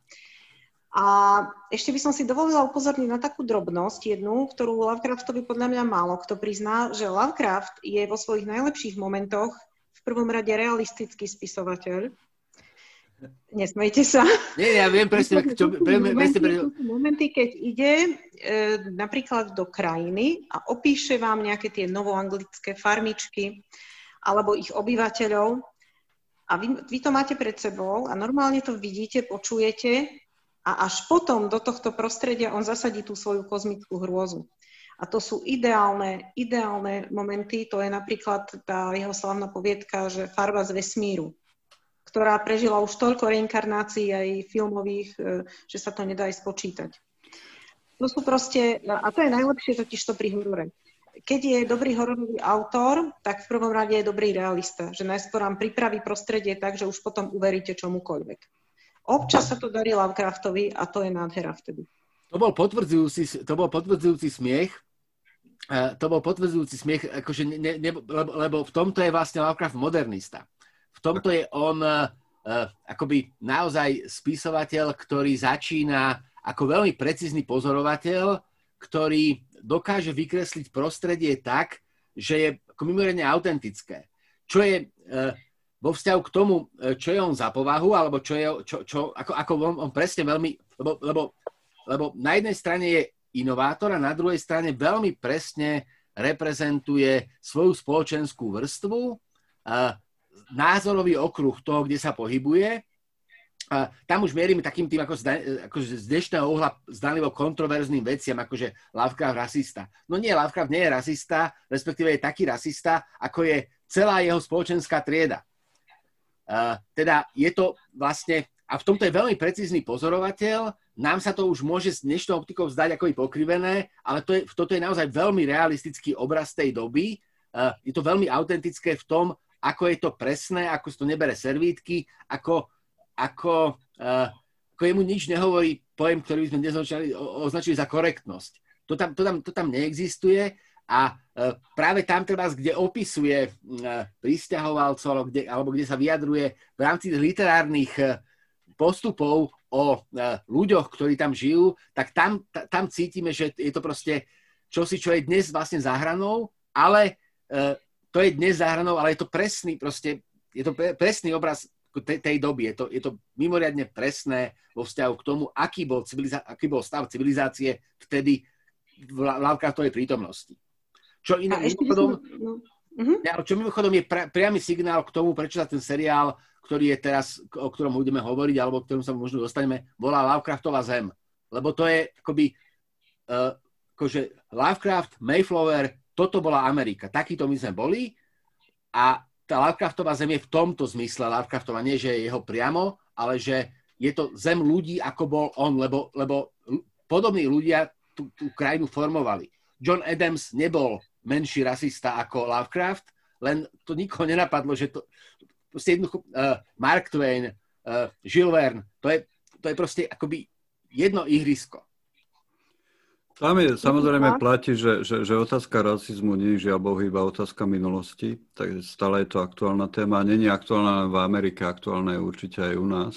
A ešte by som si dovolila upozorniť na takú drobnosť jednu, ktorú Lovecraftovi podľa mňa málo kto prizná, že Lovecraft je vo svojich najlepších momentoch v prvom rade realistický spisovateľ. Nesmejte sa. Nie, ja viem presne, čo... Momenty, pre... momenty, keď ide e, napríklad do krajiny a opíše vám nejaké tie novoanglické farmičky, alebo ich obyvateľov. A vy, vy to máte pred sebou a normálne to vidíte, počujete a až potom do tohto prostredia on zasadí tú svoju kozmickú hrôzu. A to sú ideálne, ideálne momenty, to je napríklad tá jeho slavná poviedka, že Farba z vesmíru, ktorá prežila už toľko reinkarnácií aj filmových, že sa to nedá aj spočítať. To sú proste, a to je najlepšie totiž to pri horore. Keď je dobrý hororový autor, tak v prvom rade je dobrý realista, že najskôr vám pripraví prostredie tak, že už potom uveríte čomukoľvek. Občas sa to darí Lovecraftovi a to je nádhera vtedy. To bol potvrdzujúci, to bol potvrdzujúci smiech, to bol potvrdzujúci smiech, akože ne, ne, lebo, lebo v tomto je vlastne Lovecraft modernista. V tomto je on uh, akoby naozaj spisovateľ, ktorý začína ako veľmi precízny pozorovateľ, ktorý dokáže vykresliť prostredie tak, že je ako mimoriadne autentické. Čo je uh, vo vzťahu k tomu, čo je on za povahu, alebo čo je, čo, čo, ako, ako on, on presne veľmi, lebo, lebo, lebo na jednej strane je inovátor a na druhej strane veľmi presne reprezentuje svoju spoločenskú vrstvu, uh, názorový okruh toho, kde sa pohybuje. A tam už mierime takým tým, ako z, ako z dnešného uhla zdanlivo kontroverzným veciam, akože Lovecraft rasista. No nie, Lovecraft nie je rasista, respektíve je taký rasista, ako je celá jeho spoločenská trieda. Uh, teda je to vlastne, a v tomto je veľmi precízny pozorovateľ, nám sa to už môže s dnešnou optikou zdať ako i pokrivené, ale to je, toto je naozaj veľmi realistický obraz tej doby. Uh, je to veľmi autentické v tom, ako je to presné, ako si to nebere servítky, ako Ako, uh, ako jemu nič nehovorí pojem, ktorý by sme dnes označili, označili za korektnosť. To tam, to tam, to tam neexistuje a uh, práve tam treba, kde opisuje uh, prisťahovalcov alebo kde, alebo kde sa vyjadruje v rámci literárnych uh, postupov o uh, ľuďoch, ktorí tam žijú, tak tam, t- tam cítime, že je to proste čosi, čo je dnes vlastne za hranou, ale uh, to je dnes za hranou, ale je to presný, proste, je to pre, presný obraz tej, tej doby. Je to, je to mimoriadne presné vo vzťahu k tomu, aký bol, civiliza- aký bol stav civilizácie vtedy v Lovecraftovej prítomnosti. Čo iné, mimochodom, no. uh-huh. čo mimochodom je pra, priamy signál k tomu, prečo sa ten seriál, ktorý je teraz, o ktorom budeme hovoriť, alebo o ktorom sa možno dostaneme, volá Lovecraftova zem. Lebo to je akoby uh, akože Lovecraft, Mayflower, toto bola Amerika. Takýto my sme boli a tá Lovecraftová zem je v tomto zmysle Lovecraftová, nie že je jeho priamo, ale že je to zem ľudí, ako bol on, lebo, lebo podobní ľudia tú, tú krajinu formovali. John Adams nebol menší rasista ako Lovecraft, len to nikoho nenapadlo, že to proste jednoducho uh, Mark Twain, uh, Jules Verne, to je, to je proste akoby jedno ihrisko. Tam je, samozrejme platí, že, že, že otázka rasizmu nie je žiaľ iba otázka minulosti, takže stále je to aktuálna téma. Nie je aktuálna len v Amerike, aktuálna je určite aj u nás.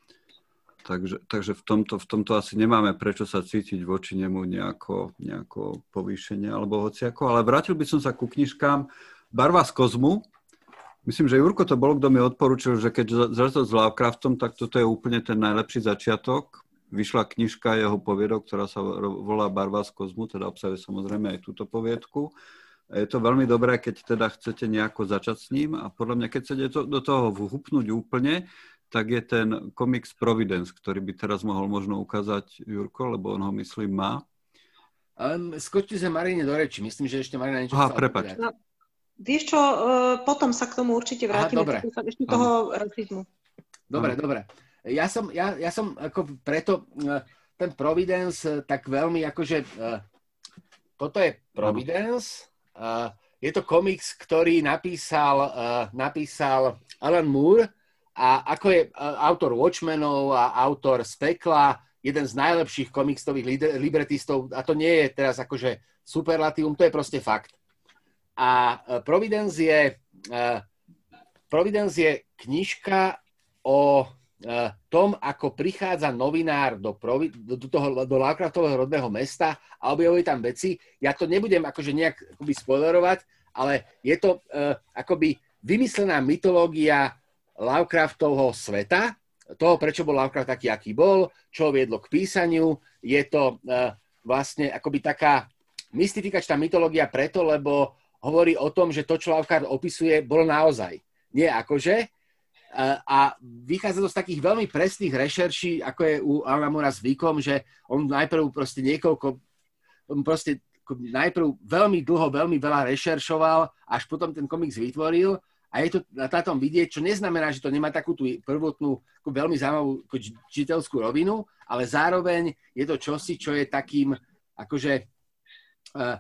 Takže, takže v, tomto, v tomto asi nemáme prečo sa cítiť voči nemu nejako, nejako povýšenie alebo hociako. Ale vrátil by som sa ku knižkám Barva z kozmu. Myslím, že Jurko to bol, kto mi odporúčil, že keď zrazil s Lovecraftom, tak toto je úplne ten najlepší začiatok. Vyšla knižka jeho poviedok, ktorá sa volá Barva z kozmu, teda obsahuje samozrejme aj túto poviedku. Je to veľmi dobré, keď teda chcete nejako začať s ním a podľa mňa, keď chcete to, do toho vhupnúť úplne, tak je ten komiks Providence, ktorý by teraz mohol možno ukázať Jurko, lebo on ho, myslím, má. Um, skočte sa Marine do reči. Myslím, že ešte Marina niečo Aha, prepáč. No, vieš čo, uh, potom sa k tomu určite vrátime. Aha, dobre. Ešte toho rasizmu. Dobre, Aha. dobre. Ja som, ja, ja som ako preto ten Providence tak veľmi akože toto je Providence, je to komiks, ktorý napísal, napísal Alan Moore a ako je autor Watchmenov a autor Spekla, jeden z najlepších komiksových libretistov a to nie je teraz akože superlatívum, to je proste fakt. A Providence je Providence je knižka o tom, ako prichádza novinár do, provi- do, toho, do Lovecraftového rodného mesta a objavuje tam veci. Ja to nebudem akože nejak akoby spoilerovať, ale je to uh, akoby vymyslená mytológia Lovecraftovho sveta, toho, prečo bol Lovecraft taký, aký bol, čo viedlo k písaniu. Je to uh, vlastne akoby taká mystifikačná mytológia preto, lebo hovorí o tom, že to, čo Lovecraft opisuje, bolo naozaj. Nie akože, a vychádza to z takých veľmi presných rešerší, ako je u Alana Moorea zvykom, že on najprv proste niekoľko, on proste najprv veľmi dlho, veľmi veľa rešeršoval, až potom ten komiks vytvoril a je to na tom vidieť, čo neznamená, že to nemá takú tú prvotnú, veľmi zaujímavú čitateľskú rovinu, ale zároveň je to čosi, čo je takým, akože uh,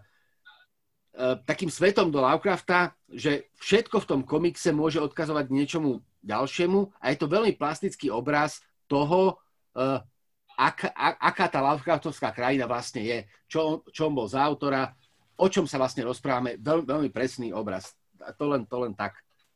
uh, takým svetom do Lovecrafta, že všetko v tom komikse môže odkazovať niečomu ďalšiemu a je to veľmi plastický obraz toho, uh, aká, aká tá Lovecraftovská krajina vlastne je, čo on, čo on bol za autora, o čom sa vlastne rozprávame, veľmi, veľmi presný obraz. A to len, to len tak.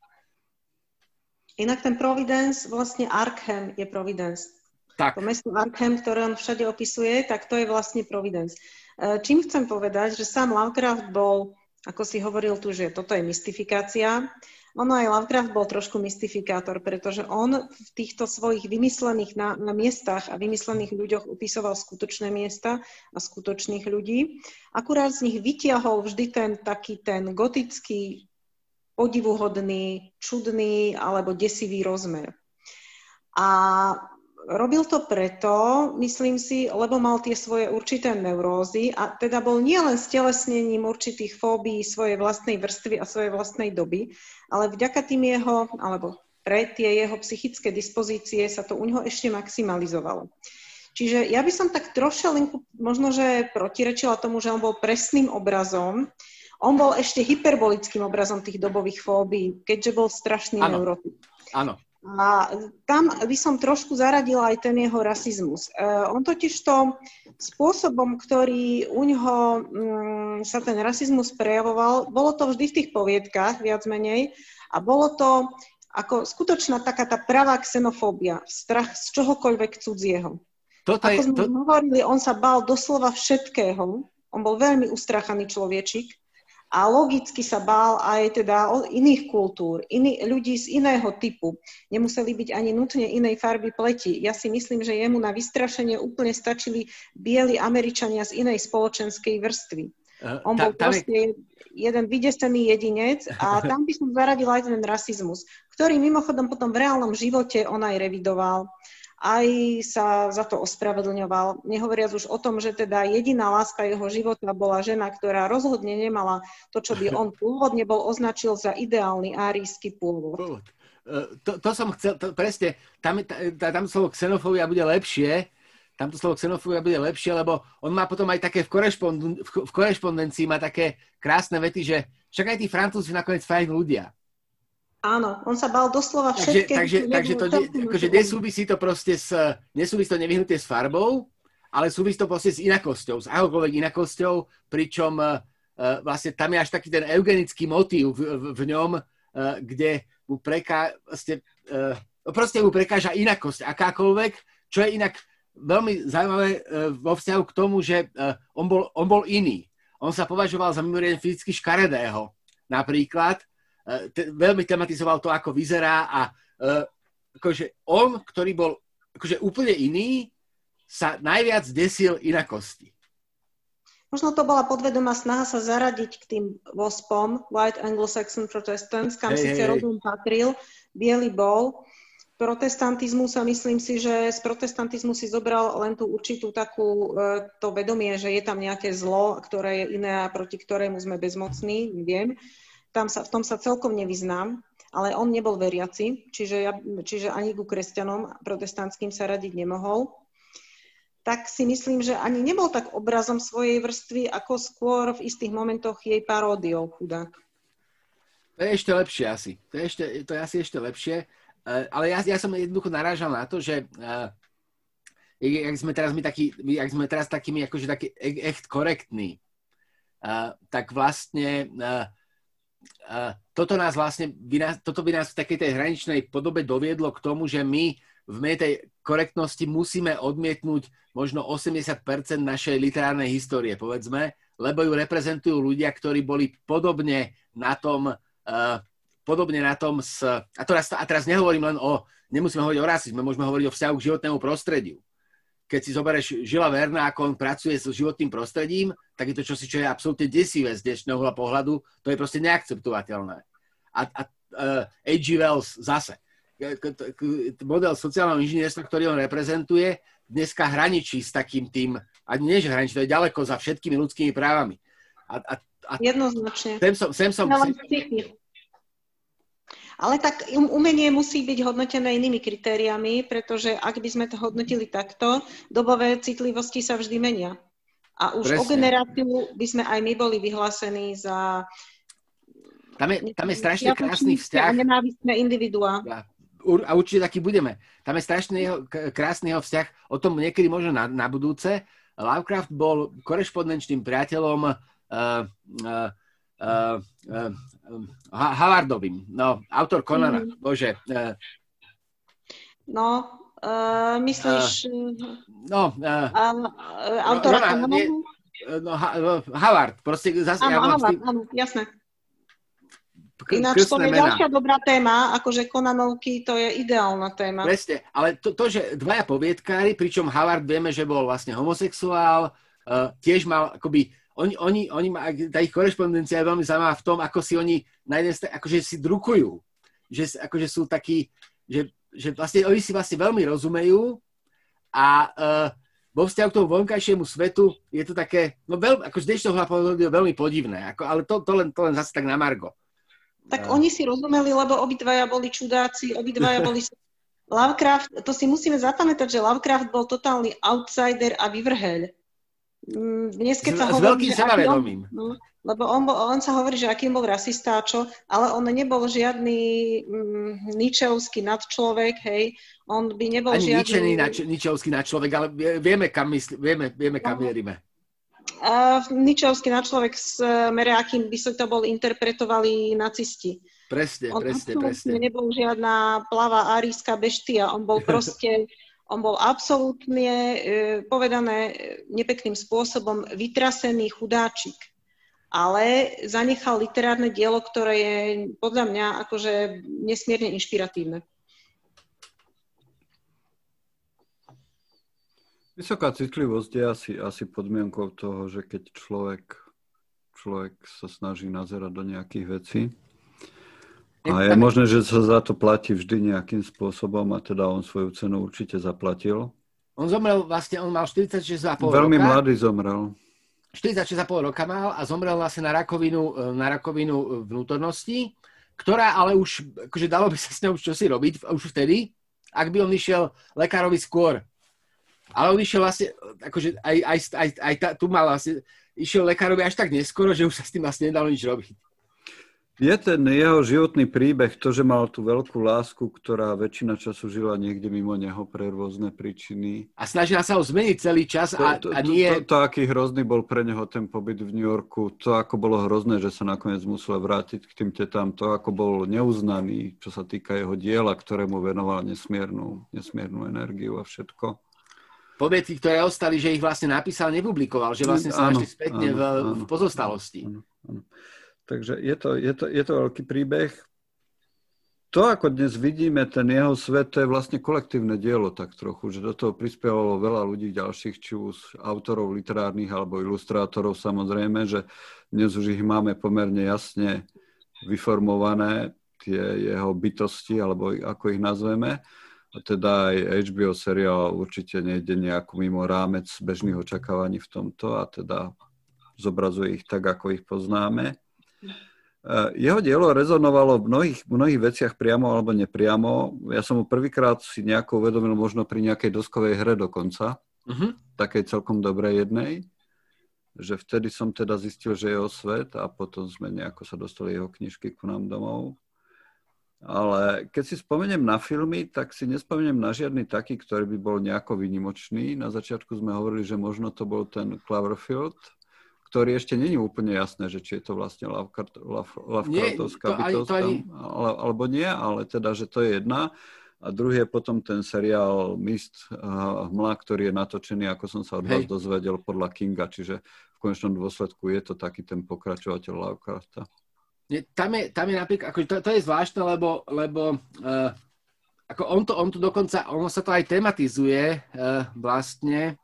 Inak ten Providence, vlastne Arkham je Providence. Tak. To mesto Arkham, ktoré on všade opisuje, tak to je vlastne Providence. Čím chcem povedať, že sám Lovecraft bol, ako si hovoril tu, že toto je mystifikácia. Ono aj Lovecraft bol trošku mystifikátor, pretože on v týchto svojich vymyslených na, na miestach a vymyslených ľuďoch opisoval skutočné miesta a skutočných ľudí. Akurát z nich vytiahol vždy ten taký ten gotický, podivuhodný, čudný alebo desivý rozmer. A robil to preto, myslím si, lebo mal tie svoje určité neurózy a teda bol nielen stelesnením určitých fóbií svojej vlastnej vrstvy a svojej vlastnej doby, ale vďaka tým jeho, alebo pre tie jeho psychické dispozície sa to u neho ešte maximalizovalo. Čiže ja by som tak trošelinku možno, že protirečila tomu, že on bol presným obrazom. On bol ešte hyperbolickým obrazom tých dobových fóbií, keďže bol strašný neurotik. Áno. A tam by som trošku zaradila aj ten jeho rasizmus. Uh, on totiž to spôsobom, ktorý u ňoho um, sa ten rasizmus prejavoval, bolo to vždy v tých poviedkách, viac menej, a bolo to ako skutočná taká tá pravá xenofóbia, strach z čohokoľvek cudzieho. Toto ako je, sme to... hovorili, on sa bál doslova všetkého, on bol veľmi ustrachaný človečik, a logicky sa bál aj teda iných kultúr, iný, ľudí z iného typu. Nemuseli byť ani nutne inej farby pleti. Ja si myslím, že jemu na vystrašenie úplne stačili bieli Američania z inej spoločenskej vrstvy. Uh, On bol tá, proste je... jeden vydesený jedinec a tam by som zaradila aj ten rasizmus, ktorý mimochodom potom v reálnom živote on aj revidoval. aj sa za to ospravedlňoval. Nehovoriac už o tom, že teda jediná láska jeho života bola žena, ktorá rozhodne nemala to, čo by on pôvodne bol označil za ideálny árijský pôvod. To, to som chcel, to, presne, tam, tam slovo xenofóbia bude lepšie, tamto slovo xenofóbia bude lepšie, lebo on má potom aj také v, korešponden, v, v korešpondencii má také krásne vety, že však aj tí Francúzi nakoniec fajn ľudia. Áno, on sa bal doslova všetkého. Takže, takže, takže to ne, akože nesúvisí to proste s, nesúvisí to nevyhnutie s farbou, ale súvisí to proste s inakosťou, s akokoľvek inakosťou, pričom uh, vlastne tam je až taký ten eugenický motív v, v, v ňom, uh, kde mu preká, vlastne, uh, proste mu prekáža inakosť akákoľvek, čo je inak veľmi zaujímavé uh, vo vzťahu k tomu, že uh, on, bol, on bol iný. On sa považoval za mimoriadne fyzicky škaredého. Napríklad, Te, veľmi tematizoval to, ako vyzerá a uh, akože on, ktorý bol akože úplne iný, sa najviac desil inakosti. Možno to bola podvedomá snaha sa zaradiť k tým vospom, White Anglo-Saxon Protestants, kam hey, síce hey, rodom hey. patril, biely bol. Protestantizmu sa myslím si, že z protestantizmu si zobral len tú určitú takú uh, to vedomie, že je tam nejaké zlo, ktoré je iné a proti ktorému sme bezmocní, neviem. Tam sa, v tom sa celkom nevyznám, ale on nebol veriaci, čiže, ja, čiže ani ku kresťanom protestantským sa radiť nemohol. Tak si myslím, že ani nebol tak obrazom svojej vrstvy, ako skôr v istých momentoch jej paródiou, chudák. To je ešte lepšie asi. To je, ešte, to je asi ešte lepšie. Ale ja, ja som jednoducho narážal na to, že jak sme teraz, my taký, jak sme teraz takými akože taký echt korektní, tak vlastne Uh, toto nás vlastne, by nás, toto by nás v takej tej hraničnej podobe doviedlo k tomu, že my v mene tej korektnosti musíme odmietnúť možno osemdesiat percent našej literárnej histórie, povedzme, lebo ju reprezentujú ľudia, ktorí boli podobne na tom, uh, podobne na tom s, a teraz, a teraz nehovorím len o, nemusíme hovoriť o rasizme, môžeme hovoriť o vzťahu k životnému prostrediu. Keď si zoberieš Žila Verna, ako on pracuje s životným prostredím, tak je to čosi, čo je absolútne desivé z dnešného pohľadu. To je proste neakceptovateľné. A, a uh, há gé. Wells zase. Model sociálneho inžinierstva, ktorý on reprezentuje, dneska hraničí s takým tým, a nie že hraničí, to je ďaleko za všetkými ľudskými právami. A, a, a Jednoznačne. Sem som, sem som, sem, Ale tak umenie musí byť hodnotené inými kritériami, pretože ak by sme to hodnotili takto, dobové citlivosti sa vždy menia. A už Presne. O generáciu by sme aj my boli vyhlásení za... Tam je, tam je strašne krásny vzťah. A nenávistné individuá. A určite taký budeme. Tam je strašne jeho, krásny jeho vzťah. O tom niekedy možno na, na budúce. Lovecraft bol korešpondenčným priateľom uh, uh, Uh, uh, uh, Howardovým, no, autor Conana, mm. bože. Uh, no, uh, myslíš... Uh, no, uh, uh, autora Conana? No, uh, Howard, proste zase... Áno, ja Howard, tým... áno, jasné. Ináč to je ďalšia dobrá téma, akože Conanovky, to je ideálna téma. Presne, ale to, to že dvaja poviedkári, pričom Howard vieme, že bol vlastne homosexuál, uh, tiež mal akoby Oni, oni, oni tá ich korešpondencia je veľmi zaujímavá v tom, ako si oni na jeden strane, akože si drukujú. Že akože sú takí, že, že vlastne oni si vlastne veľmi rozumejú a uh, vo vzťahu k tomu vonkajšiemu svetu je to také, no veľmi, ako z dnešného hľadu je veľmi podivné, ako, ale to, to, len, to len zase tak na margo. Tak uh. oni si rozumeli, lebo obidvaja boli čudáci, obidvaja boli... Lovecraft, to si musíme zapamätať, že Lovecraft bol totálny outsider a vyvrheľ. Dnes, keď sa s, hovorí, s veľkým sebavedomím. No, lebo on, bol, on sa hovorí, že akým bol rasista, čo, ale on nebol žiadny mm, ničevský nadčlovek, hej, on by nebol Ani žiadny... ničený nač, ničevský nadčlovek, ale vieme, kam, mysl, vieme, vieme, kam no. mierime. Uh, ničevský nadčlovek s mereakým by sa to bol interpretovali nacisti. Presne, on presne, presne. On nebol žiadna plavá árijská beštia, on bol proste... On bol absolútne, e, povedané nepekným spôsobom, vytrasený chudáčik. Ale zanechal literárne dielo, ktoré je podľa mňa akože nesmierne inšpiratívne. Vysoká citlivosť je asi, asi podmienkou toho, že keď človek, človek sa snaží nazerať do nejakých vecí, A je možné, že sa za to platí vždy nejakým spôsobom a teda on svoju cenu určite zaplatil. On zomrel vlastne, on mal štyridsaťšesť a pol Veľmi roka. mladý zomrel. štyridsaťšesť a pol roka mal a zomrel vlastne na rakovinu, na rakovinu vnútornosti, ktorá ale už, akože dalo by sa s ňou čosi robiť už vtedy, ak by on išiel lekárovi skôr. Ale on išiel vlastne, akože aj, aj, aj, aj ta, tu mal vlastne, išiel lekárovi až tak neskoro, že už sa s tým vlastne nedalo nič robiť. Je ten jeho životný príbeh, to, že mal tú veľkú lásku, ktorá väčšina času žila niekde mimo neho pre rôzne príčiny. A snažila sa ho zmeniť celý čas a, to, to, a nie... To, to, to, aký hrozný bol pre neho ten pobyt v New Yorku, to, ako bolo hrozné, že sa nakoniec musel vrátiť k tým tetám, to, ako bol neuznaný, čo sa týka jeho diela, ktorému venoval nesmiernu, nesmiernu energiu a všetko. Poviedky, ktoré ostali, že ich vlastne napísal, nepublikoval, že vlastne sa našli spätne v, v pozostalosti. Áno, áno. Takže je to, je, to, je to veľký príbeh. To, ako dnes vidíme, ten jeho svet, to je vlastne kolektívne dielo tak trochu, že do toho prispievalo veľa ľudí ďalších, či už autorov literárnych alebo ilustrátorov samozrejme, že dnes už ich máme pomerne jasne vyformované, tie jeho bytosti, alebo ako ich nazveme. A teda aj há bé ó seriál určite nejde nejako mimo rámec bežných očakávaní v tomto a teda zobrazuje ich tak, ako ich poznáme. Jeho dielo rezonovalo v mnohých, mnohých veciach priamo alebo nepriamo. Ja som mu prvýkrát si nejako uvedomil možno pri nejakej doskovej hre dokonca, uh-huh. takej celkom dobrej jednej, že vtedy som teda zistil, že jeho svet a potom sme nejako sa dostali jeho knižky ku nám domov. Ale keď si spomeniem na filmy, tak si nespomeniem na žiadny taký, ktorý by bol nejako výnimočný. Na začiatku sme hovorili, že možno to bol ten Cloverfield, ktorý ešte nie je úplne jasné, že či je to vlastne Lovecraftovská bytosť, ani... ale, alebo nie, ale teda, že to je jedna. A druhý je potom ten seriál Mist uh, hmla, ktorý je natočený, ako som sa od vás dozvedel, podľa Kinga, čiže v konečnom dôsledku je to taký ten pokračovateľ Lovecrafta. Nie, tam, je, tam je napríklad, ako to, to je zvláštne, lebo, lebo uh, ako on, to, on to dokonca, ono sa to aj tematizuje uh, vlastne,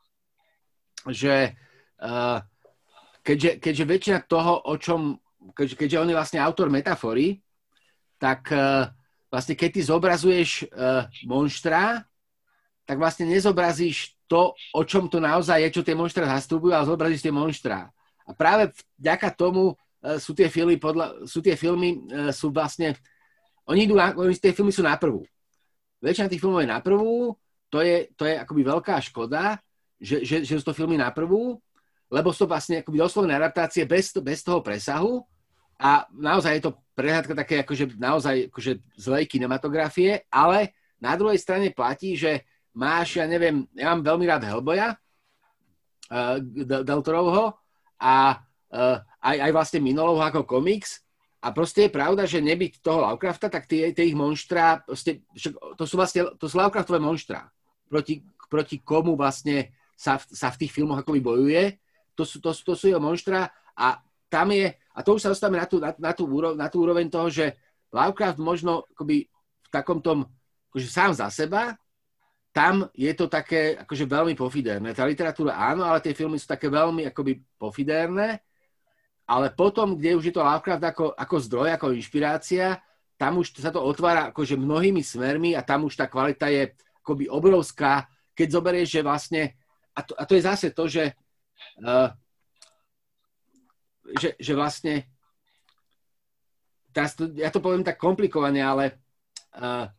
že uh, Keďže, keďže väčšina toho, o čom, keďže, keďže on je vlastne autor metafory, tak uh, vlastne keď ty zobrazuješ uh, monštra, tak vlastne nezobrazíš to, o čom to naozaj je, čo tie monštra zastupujú, ale zobrazíš tie monštra. A práve vďaka tomu uh, sú tie filmy, podľa, sú tie filmy uh, sú vlastne, oni idú na, oni, tie filmy sú na prvú. Väčšina tých filmov je na prvú, to je, to je akoby veľká škoda, že, že, že sú to filmy na prvú, lebo sú to vlastne akoby doslovné adaptácie bez, bez toho presahu a naozaj je to prehľadka také akože naozaj akože zlej kinematografie, ale na druhej strane platí, že máš, ja neviem, ja mám veľmi rád Hellboya, uh, Del Torovho a uh, aj, aj vlastne Minolovu ako komiks a proste je pravda, že nebyť toho Lovecrafta, tak tie, tie ich monštra, proste, to sú vlastne, to sú Lovecraftové monštra, proti, proti komu vlastne sa, sa v tých filmoch akoby bojuje. To sú, to, to sú jeho monštra a tam je, a to už sa dostávame na tú, na, na, tú, na tú úroveň toho, že Lovecraft možno akoby v takom tom, akože sám za seba, tam je to také akože veľmi pofidérne. Tá literatúra áno, ale tie filmy sú také veľmi akoby pofidérne, ale potom, kde už je to Lovecraft ako, ako zdroj, ako inšpirácia, tam už sa to otvára akože mnohými smermi a tam už tá kvalita je akoby obrovská, keď zoberieš, že vlastne, a to, a to je zase to, že Uh, že, že vlastne teraz to, ja to poviem tak komplikovane, ale uh,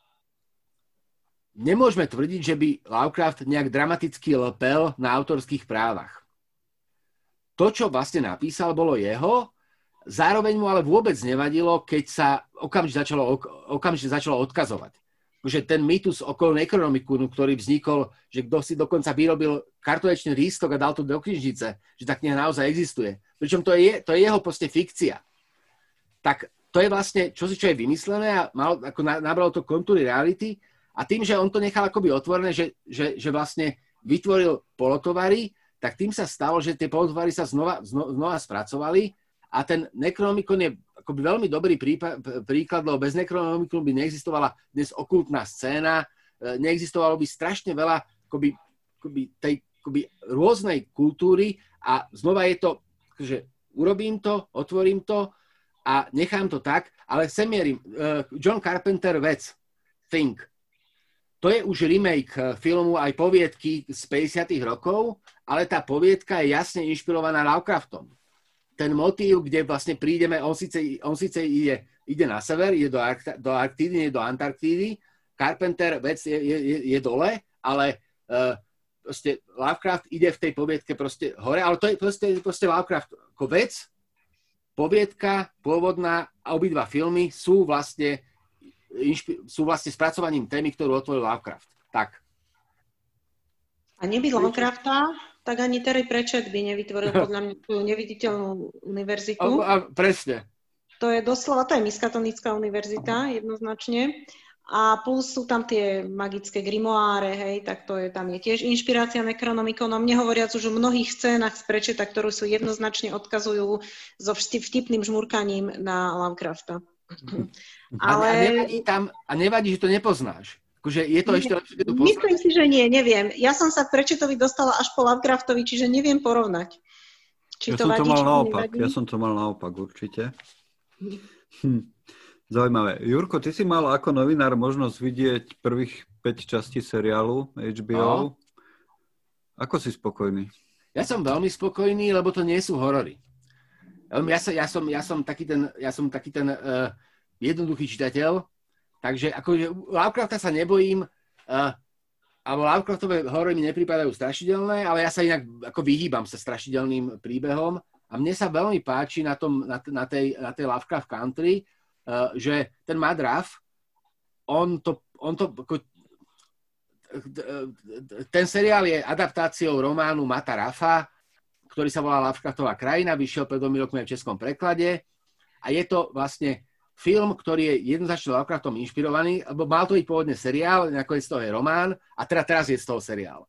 nemôžeme tvrdiť, že by Lovecraft nejak dramaticky lepel na autorských právach. To, čo vlastne napísal, bolo jeho, zároveň mu ale vôbec nevadilo, keď sa okamžite začalo, okamžite začalo odkazovať. Že ten mýtus okolo Necronomiconu, ktorý vznikol, že kto si dokonca vyrobil kartonečný lístok a dal to do knižnice, že tá kniha naozaj existuje. Pričom to je, to je jeho proste fikcia. Tak to je vlastne čosi, čo je vymyslené a mal, ako nabralo to kontúry reality a tým, že on to nechal akoby otvorené, že, že, že vlastne vytvoril polotovary, tak tým sa stalo, že tie polotovary sa znova, znova spracovali a ten Necronomicon je akoby veľmi dobrý prípad, príklad, lebo bez Necronomiconu by neexistovala dnes okultná scéna, neexistovalo by strašne veľa akoby, akoby tej akoby rôznej kultúry a znova je to, že urobím to, otvorím to a nechám to tak, ale sem mierim. John Carpenter vec, Think. To je už remake filmu aj poviedky z päťdesiatych rokov, ale tá poviedka je jasne inšpirovaná Lovecraftom. Ten motív, kde vlastne prídeme, on síce, on síce ide, ide na sever, ide do, Arkt- do Arktídy, nie do Antarktídy, Carpenter vec je, je, je dole, ale uh, proste Lovecraft ide v tej poviedke proste hore, ale to je proste, proste Lovecraft ako vec, poviedka, pôvodná a obidva filmy sú vlastne sú vlastne spracovaním témy, ktorú otvoril Lovecraft. Tak. A neby Lovecrafta, tak ani Terry Pratchett by nevytvoril podľa mňa tú neviditeľnú univerzitu. A, a, presne. To je doslova, to je Miskatonická univerzita, jednoznačne. A plus sú tam tie magické grimoáre, hej, tak to je, tam je tiež inšpirácia Necronomiconom, nehovoriac už o mnohých scénach z Pratchetta, ktoré sú jednoznačne odkazujú so vtipným žmurkaním na Lovecrafta. Ale... A, nevadí tam, a nevadí, že to nepoznáš. Akože je to ešte lepšie, keď to poznáš? Myslím si, že nie, neviem. Ja som sa k Pratchettovi dostala až po Lovecraftovi, čiže neviem porovnať. Ja Či to som vadí, to mal či naopak. nevadí. Ja som to mal naopak, určite. Hm. Zaujímavé. Jurko, ty si mal ako novinár možnosť vidieť prvých päť častí seriálu há bé ó. No. Ako si spokojný? Ja som veľmi spokojný, lebo to nie sú horory. Ja, sa, ja, som, ja som taký ten, ja som taký ten uh, jednoduchý čitateľ, takže akože Lovecrafta sa nebojím, uh, alebo Lovecraftové horory mi nepripadajú strašidelné, ale ja sa inak ako vyhýbam sa strašidelným príbehom a mne sa veľmi páči na, tom, na, na, tej, na tej Lovecraft Country, uh, že ten Matt Ruff, on to, on to ako, ten seriál je adaptáciou románu Matta Ruffa, ktorý sa volá Lovecraftová krajina, vyšiel pred dvomi rokmi v českom preklade a je to vlastne film, ktorý je jednoznačne Lovecraftom inšpirovaný, lebo mal to byť pôvodne seriál, nakoniec z toho je román a teda teraz je z toho seriál.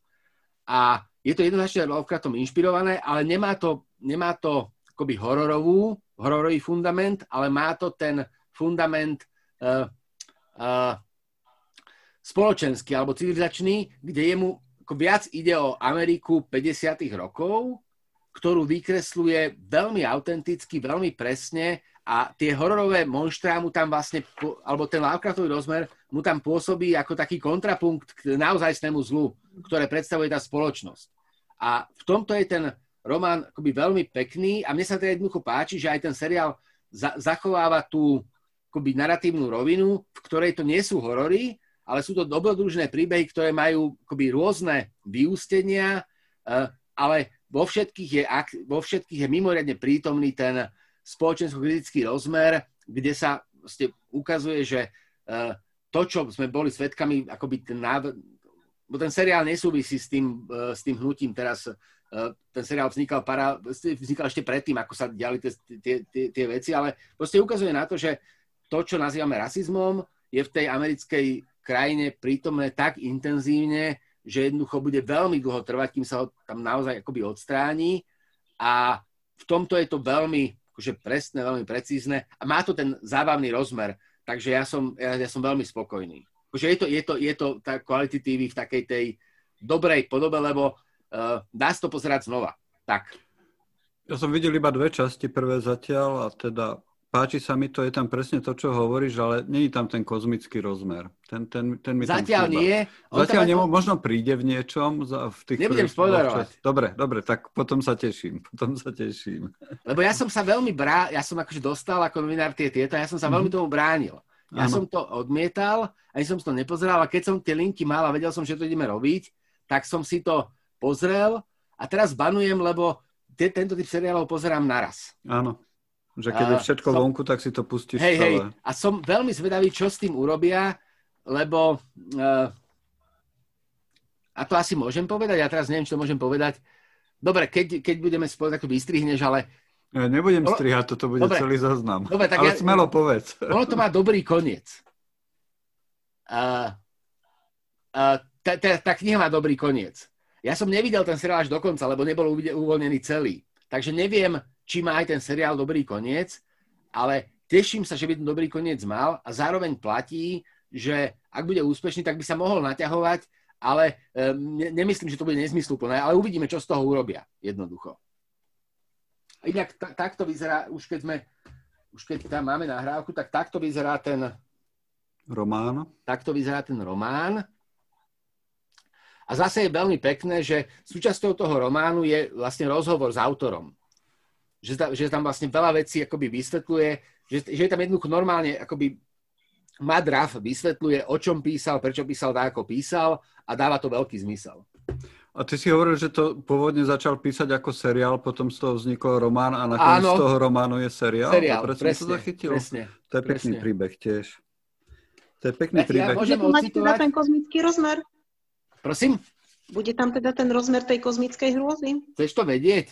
A je to jednoznačne Lovecraftom inšpirované, ale nemá to, nemá to akoby hororovú, hororový fundament, ale má to ten fundament uh, uh, spoločenský alebo civilizačný, kde jemu ako viac ide o Ameriku päťdesiatych rokov, ktorú vykresluje veľmi autenticky, veľmi presne a tie hororové monštrá mu tam vlastne, alebo ten Lovecraftový rozmer mu tam pôsobí ako taký kontrapunkt k naozajstnému zlu, ktoré predstavuje tá spoločnosť. A v tomto je ten román akoby veľmi pekný a mne sa teda jednoducho páči, že aj ten seriál za- zachováva tú akoby naratívnu rovinu, v ktorej to nie sú horory, ale sú to dobrodružné príbehy, ktoré majú akoby rôzne vyústenia, ale vo všetkých je, vo všetkých je mimoriadne prítomný ten spoločensko-kritický rozmer, kde sa vlastne ukazuje, že to, čo sme boli svedkami, akoby ten návr... bo ten seriál nesúvisí s tým, s tým hnutím teraz, ten seriál vznikal, para, vznikal ešte predtým, ako sa diali tie, tie, tie, tie veci, ale proste ukazuje na to, že to, čo nazývame rasizmom, je v tej americkej krajine prítomné tak intenzívne, že jednoducho bude veľmi dlho trvať, kým sa ho tam naozaj akoby odstráni a v tomto je to veľmi akože presné, veľmi precízne a má to ten zábavný rozmer, takže ja som, ja, ja som veľmi spokojný. Akože je to, je to, je to tá quality té vé v takej tej dobrej podobe, lebo uh, dá sa to pozerať znova. Tak. Ja som videl iba dve časti, prvé zatiaľ a teda páči sa mi to, je tam presne to, čo hovoríš, ale nie je tam ten kozmický rozmer. Ten, ten, ten mi Zatiaľ tam nie. Zatiaľ nie, to... možno príde v niečom. V tých Nebudem spoilerovať. Dobre, dobre, tak potom sa teším. Potom sa teším. Lebo ja som sa veľmi brá... Ja som akože dostal ako novinár tie tieto, ja som sa veľmi tomu bránil. Ja ano. som to odmietal, ani som to nepozeral, a keď som tie linky mal a vedel som, že to ideme robiť, tak som si to pozrel a teraz banujem, lebo te, tento typ seriálov pozerám naraz. Áno. Že keď je všetko som, vonku, tak si to pustíš hej, celé. Hej, a som veľmi zvedavý, čo s tým urobia, lebo uh, a to asi môžem povedať, ja teraz neviem, či to môžem povedať. Dobre, keď, keď budeme spolu, tak to vystrihneš, ale... Ja nebudem strihať, toto bude dobre, celý záznam. Dobre, tak ale ja, smelo povedz. Ono to má dobrý koniec. Uh, uh, tá, tá, tá kniha má dobrý koniec. Ja som nevidel ten seriál až do konca, lebo nebol uvoľnený celý. Takže neviem, či má aj ten seriál dobrý koniec, ale teším sa, že by ten dobrý koniec mal a zároveň platí, že ak bude úspešný, tak by sa mohol naťahovať, ale um, ne, nemyslím, že to bude nezmysluplné, ale uvidíme, čo z toho urobia, jednoducho. Inak t- takto vyzerá, už keď sme už keď tam máme nahrávku, tak takto vyzerá ten román. Takto vyzerá ten román. A zase je veľmi pekné, že súčasťou toho románu je vlastne rozhovor s autorom. Že, že tam vlastne veľa vecí akoby vysvetľuje, že, že je tam jednoducho normálne akoby Madraf vysvetľuje, o čom písal, prečo písal tak, ako písal a dáva to veľký zmysel. A ty si hovoril, že to pôvodne začal písať ako seriál, potom z toho vznikol román a nakoniec z toho románu je seriál? Seriál, to presne, to zachytilo? presne. To je pekný presne. príbeh tiež. To je pekný Ja, príbeh. ja môžem Bude mať teda ocitovať? ten kozmický rozmer? Prosím? Bude tam teda ten rozmer tej kozmickej hrôzy? Chceš to vedieť?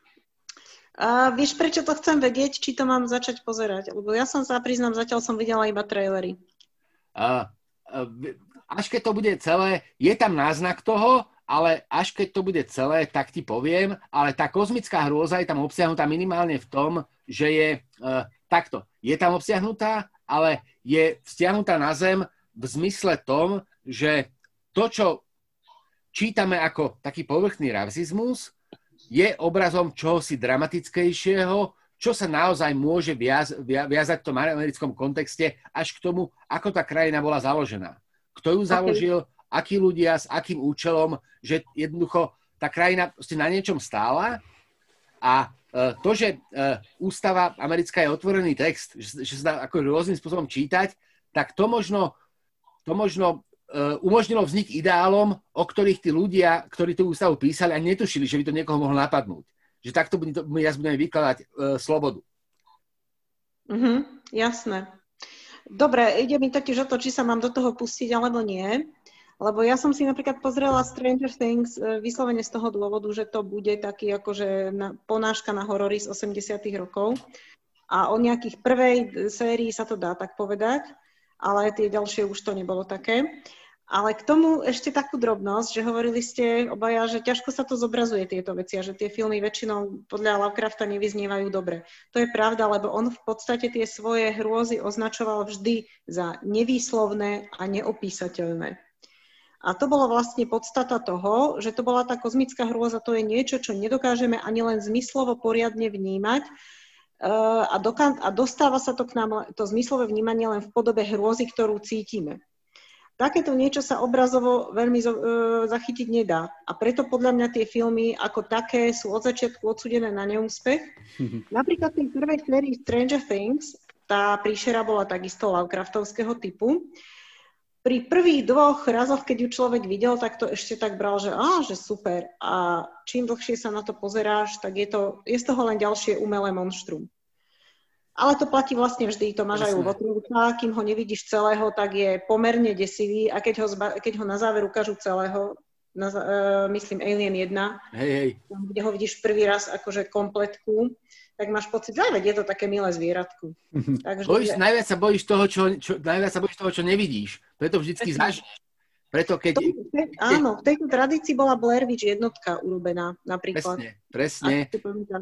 A vieš, prečo to chcem vedieť? Či to mám začať pozerať? Lebo ja som sa priznám, zatiaľ som videla iba trailery. Uh, uh, až keď to bude celé, je tam náznak toho, ale až keď to bude celé, tak ti poviem, ale tá kozmická hrôza je tam obsiahnutá minimálne v tom, že je uh, takto. Je tam obsiahnutá, ale je vzťahnutá na zem v zmysle tom, že to, čo čítame ako taký povrchný rasizmus, je obrazom čohosi dramatickejšieho, čo sa naozaj môže viaz, viazať v tom americkom kontexte až k tomu, ako tá krajina bola založená. Kto ju založil, okay. Akí ľudia, s akým účelom, že jednoducho tá krajina na niečom stála a to, že ústava americká je otvorený text, že, že sa dá ako rôznym spôsobom čítať, tak to možno, to možno umožnilo vznik ideálom, o ktorých tí ľudia, ktorí tú ústavu písali, ani netušili, že by to niekoho mohlo napadnúť. Že takto my jas budeme vykladať e, slobodu. Mhm, jasné. Dobre, ide mi totiž o to, či sa mám do toho pustiť, alebo nie. Lebo ja som si napríklad pozrela Stranger Things e, vyslovene z toho dôvodu, že to bude taký akože na, ponáška na horory z osemdesiatych rokov. A o nejakých prvej sérii sa to dá tak povedať, ale tie ďalšie už to nebolo také. Ale k tomu ešte takú drobnosť, že hovorili ste obaja, že ťažko sa to zobrazuje tieto veci a že tie filmy väčšinou podľa Lovecrafta nevyznievajú dobre. To je pravda, lebo on v podstate tie svoje hrôzy označoval vždy za nevýslovné a neopísateľné. A to bola vlastne podstata toho, že to bola tá kozmická hrôza, to je niečo, čo nedokážeme ani len zmyslovo poriadne vnímať a, doká- a dostáva sa to k nám, to zmyslové vnímanie len v podobe hrôzy, ktorú cítime. Takéto niečo sa obrazovo veľmi zo, e, zachytiť nedá. A preto podľa mňa tie filmy ako také sú od začiatku odsúdené na neúspech. Mm-hmm. Napríklad v tej prvej sérii Stranger Things, tá príšera bola takisto Lovecraftovského typu. Pri prvých dvoch razoch, keď ju človek videl, tak to ešte tak bral, že á, že super. A čím dlhšie sa na to pozeráš, tak je, to, je z toho len ďalšie umelé monštrum. Ale to platí vlastne vždy, to máš aj u Votrúca, kým ho nevidíš celého, tak je pomerne desivý a keď ho, zba- keď ho na záver ukážu celého, na, uh, myslím Alien jeden, hej, hej. Tam, kde ho vidíš prvý raz akože kompletku, tak máš pocit, že je to také milé zvieratku. Takže, bojíš, najviac sa bojíš toho, čo, čo, najviac sa bojíš toho, čo nevidíš. Preto vždycky zažiješ. Preto keď... To, te, áno, v tejto tradícii bola Blair Witch jednotka urobená napríklad. Presne, presne.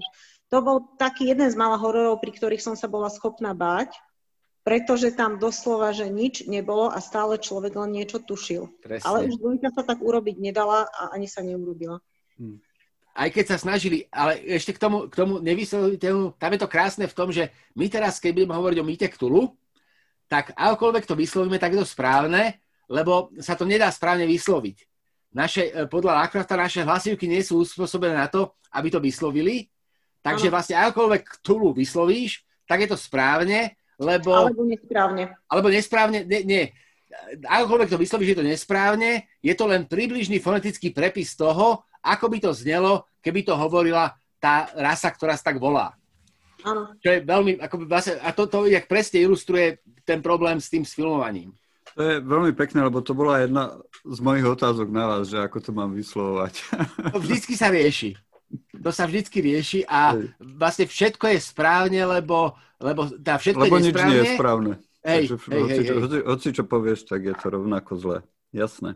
To bol taký jeden z mála hororov, pri ktorých som sa bola schopná báť, pretože tam doslova, že nič nebolo a stále človek len niečo tušil. Presne. Ale už dvojka sa tak urobiť nedala a ani sa neurobila. Hmm. Aj keď sa snažili, ale ešte k tomu, k tomu nevysloviteľnému, tam je to krásne v tom, že my teraz, keď budeme hovoriť o mýte Cthulhu, tak akokoľvek to vyslovíme, tak je to správne, lebo sa to nedá správne vysloviť. Naše, podľa Lovecrafta naše hlasivky nie sú uspôsobené na to, aby to vyslovili. Takže vlastne akokoľvek Cthulhu vyslovíš, tak je to správne, lebo... Alebo nesprávne. Alebo nesprávne, nie, nie. Akokoľvek to vyslovíš, je to nesprávne, je to len približný fonetický prepis toho, ako by to znelo, keby to hovorila tá rasa, ktorá sa tak volá. Áno. Čo je veľmi, akoby vlastne, a to, to jak presne ilustruje ten problém s tým sfilmovaním. To je veľmi pekné, lebo to bola jedna z mojich otázok na vás, že ako to mám vyslovovať. To vždycky sa rieši. To sa vždycky rieši a vlastne všetko je správne, lebo, lebo tá všetko lebo je nesprávne. Lebo nič nie je správne. Hej, Takže hej, hoci, hej, čo, hej. Hoci, hoci čo povieš, tak je to rovnako zlé. Jasné.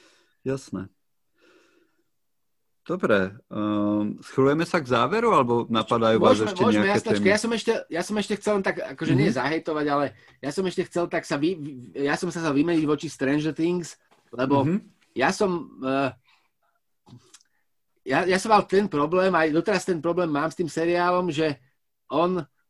Jasné. Dobre. Um, schylujeme sa k záveru, alebo napadajú vás môžeme, ešte môžeme, nejaké jasnačka. témy? Ja som ešte, ja som ešte chcel tak, akože mm-hmm. nie zahejtovať, ale ja som ešte chcel tak sa vy, ja som sa chcel vymeniť voči Stranger Things, lebo mm-hmm. ja som uh, Ja, ja som mal ten problém, aj doteraz ten problém mám s tým seriálom, že on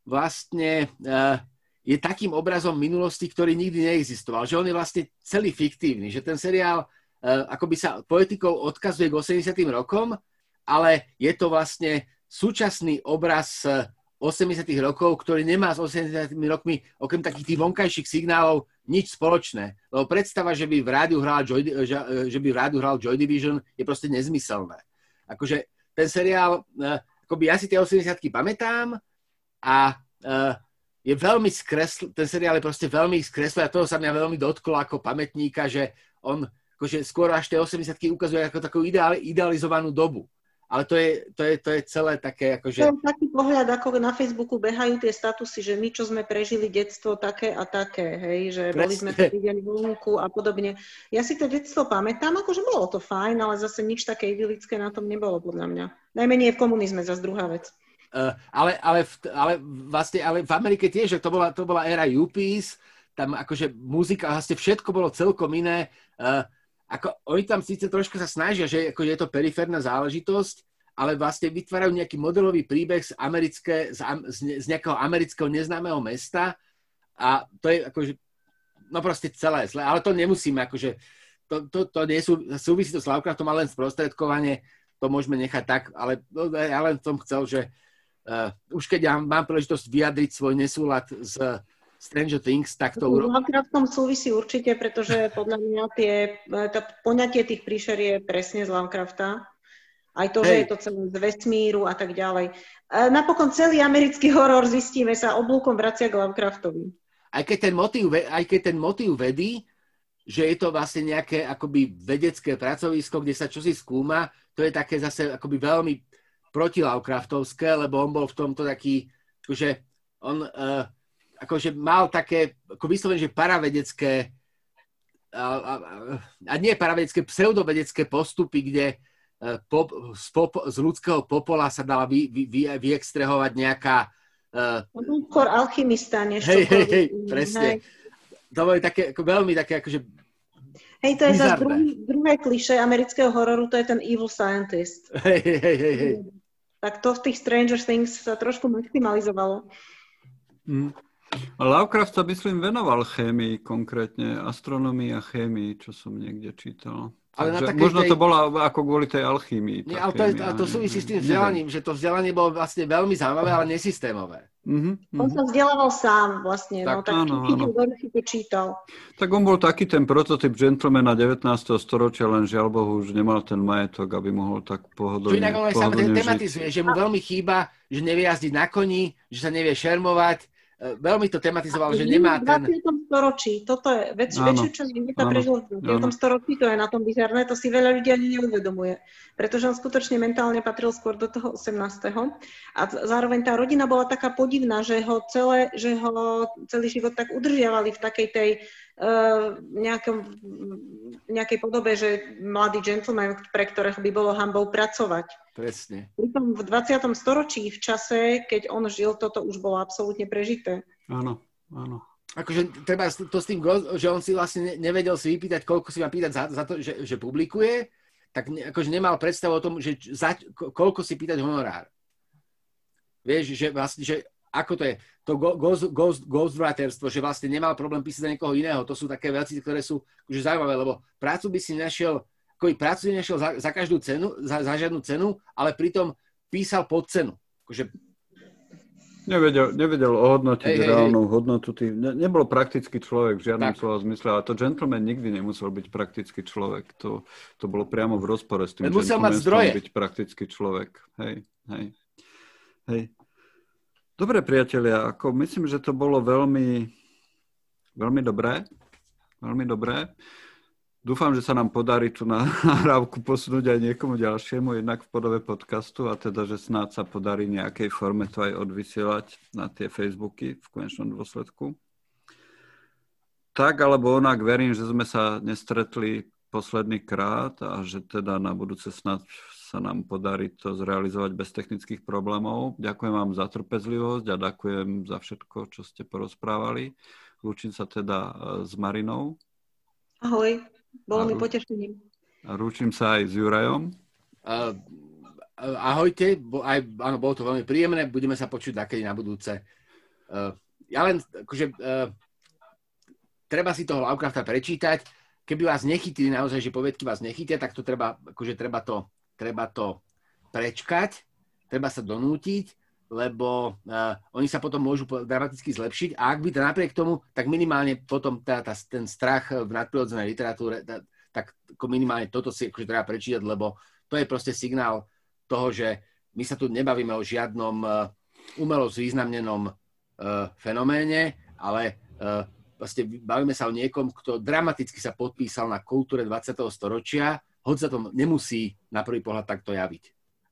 vlastne uh, je takým obrazom minulosti, ktorý nikdy neexistoval. Že on je vlastne celý fiktívny. Že ten seriál uh, akoby sa poetikou odkazuje k osemdesiatym rokom, ale je to vlastne súčasný obraz osemdesiatych rokov, ktorý nemá s osemdesiatými rokmi okrem takých tých vonkajších signálov nič spoločné. Lebo predstava, že by v rádiu hral Joy, že, že by v rádiu hral Joy Division, je proste nezmyselné. Akože ten seriál, akoby ja si tie osemdesiatky pamätám a uh, je veľmi skresl, ten seriál je proste veľmi skreslený a toho sa mňa veľmi dotklo ako pamätníka, že on akože skôr až tie osemdesiatky ukazuje ako takú ideál, idealizovanú dobu. Ale to je, to, je, to je celé také akože... To je taký pohľad, ako na Facebooku behajú tie statusy, že my, čo sme prežili detstvo také a také, hej, že Presne. Boli sme videli vonku a podobne. Ja si to detstvo pamätám, akože bolo to fajn, ale zase nič také idylické na tom nebolo, podľa mňa. Najmenej v komunizme, zase druhá vec. Uh, ale, ale, v, ale vlastne ale v Amerike tiež, že to bola, to bola éra Yuppies, tam akože muzika, vlastne všetko bolo celkom iné. Uh, Ako, oni tam síce trošku sa snažia, že ako je to periférna záležitosť, ale vlastne vytvárajú nejaký modelový príbeh z, americké, z, z, z nejakého amerického neznámeho mesta a to je akože, no proste celé zle, ale to nemusíme, akože, to, to, to nie sú, súvisí to s Lovecraftom, ale len sprostredkovanie, to môžeme nechať tak, ale no, ja len som chcel, že uh, už keď ja mám príležitosť vyjadriť svoj nesúlad s Stranger Things, tak to... V Lovecraftom súvisí určite, pretože podľa mňa tie, to poňatie tých príšer je presne z Lovecrafta. Aj to, Hej. že je to celé z vesmíru a tak ďalej. Napokon celý americký horor, zistíme, sa oblúkom vracia k Lovecraftovi. Aj keď ten motív, aj keď ten motív vedí, že je to vlastne nejaké akoby vedecké pracovisko, kde sa čosi skúma, to je také zase akoby veľmi proti Lovecraftovské, lebo on bol v tomto taký, že on... Uh, akože mal také, ako vyslovene, že paravedecké a, a, a nie paravedecké, pseudovedecké postupy, kde pop, z, pop, z ľudského popola sa dala vy, vy, vy, vyextrahovať nejaká... Uh, skôr alchymista, než hej, hej, hej, presne. Hej. To boli také, ako veľmi také, akože hej, to je zase druhý, druhé klišé amerického hororu, to je ten evil scientist. Hej, hej, hej, hej. Tak to v tých Stranger Things sa trošku maximalizovalo. Mm. Lovecraft sa, myslím, venoval chémii, konkrétne astronomii a chémii, čo som niekde čítal. Ale Takže, možno tej... to bolo ako kvôli tej alchýmii. Nie, ale to, je, ale to súvisí s tým vzdelaním, že to vzdelanie bolo vlastne veľmi zaujímavé, ale nesystémové. Mm-hmm. On sa vzdelával sám vlastne, tak, no, tak áno, áno. to čítal. Tak on bol taký ten prototyp gentlemana devätnásteho storočia, len žiaľ Bohu už nemal ten majetok, aby mohol tak pohodlne, inak on aj pohodlne tematizuje, že mu veľmi chýba, že nevie jazdiť na koni, že sa nevie šermovať. Veľmi to tematizoval, že nemá ten... V dvadsiatom storočí, toto je, väč, väčšiu časť života prežil v dvadsiatom storočí, to je na tom bizarné, to si veľa ľudí ani neuvedomuje, pretože on skutočne mentálne patril skôr do toho osemnásteho a zároveň tá rodina bola taká podivná, že ho, celé, že ho celý život tak udržiavali v takej tej uh, nejakom, nejakej podobe, že mladý gentleman, pre ktorého by bolo hanbou pracovať. Presne. Pritom v dvadsiatom storočí, v čase, keď on žil, toto už bolo absolútne prežité. Áno, áno. Akože treba to s tým, že on si vlastne nevedel si vypýtať, koľko si má pýtať za, za to, že, že publikuje, tak ne, akože nemal predstavu o tom, že za, koľko si pýtať honorár. Vieš, že vlastne, že ako to je, to ghost, ghost, ghostwriterstvo, že vlastne nemal problém písať za niekoho iného, to sú také veci, ktoré sú akože zaujímavé, lebo prácu by si našiel Koji prácu nešiel za, za každú cenu, za, za žiadnu cenu, ale pritom písal pod cenu. Akože... Nevedel, nevedel ohodnotiť hej, reálnu hej, hodnotu. Tý... Ne, nebol praktický človek v žiadnom slova zmysle, ale to gentleman nikdy nemusel byť praktický človek. To, to bolo priamo v rozpore s tým gentlemanstvom byť praktický človek. Hej, hej, hej. Dobre, priatelia, ako myslím, že to bolo veľmi, veľmi dobré. Veľmi dobré. Dúfam, že sa nám podarí tu na nahrávku posunúť aj niekomu ďalšiemu, jednak v podobe podcastu, a teda, že snáď sa podarí nejakej forme to aj odvysielať na tie Facebooky v konečnom dôsledku. Tak alebo onak verím, že sme sa nestretli posledný krát a že teda na budúce snáď sa nám podarí to zrealizovať bez technických problémov. Ďakujem vám za trpezlivosť a ďakujem za všetko, čo ste porozprávali. Lúčim sa teda s Marinou. Ahoj. Bolo mi potešením. A rúčim sa aj s Jurajom. Uh, ahojte, bo, aj, áno, bolo to veľmi príjemné, budeme sa počuť nakedy na budúce. uh, ja len, akože, uh, treba si toho Lovecrafta prečítať. Keby vás nechytili naozaj, že poviedky vás nechytia, tak to treba, akože treba to, treba to prečkať, treba sa donútiť, lebo uh, oni sa potom môžu dramaticky zlepšiť a ak by to napriek tomu, tak minimálne potom tá, tá, ten strach v nadprirodzenej literatúre, tá, tak minimálne toto si akože treba prečítať, lebo to je proste signál toho, že my sa tu nebavíme o žiadnom uh, umelo zvýznamnenom uh, fenoméne, ale uh, vlastne bavíme sa o niekom, kto dramaticky sa podpísal na kultúre dvadsiateho storočia, hoď sa to nemusí na prvý pohľad takto javiť.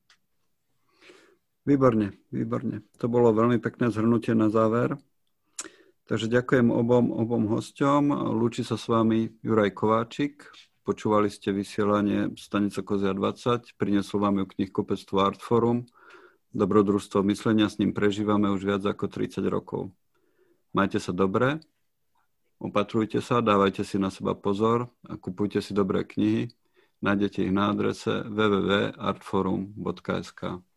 Výborne, výborne. To bolo veľmi pekné zhrnutie na záver. Takže ďakujem obom, obom hosťom. Lúči sa s vami Juraj Kováčik. Počúvali ste vysielanie Stanica Kozia dvadsať. Priniesol vám ju knihkupectvo Artforum. Dobrodružstvo myslenia, s ním prežívame už viac ako tridsať rokov. Majte sa dobre, opatrujte sa, dávajte si na seba pozor a kupujte si dobré knihy. Nájdete ich na adrese w w w bodka artforum bodka es ka.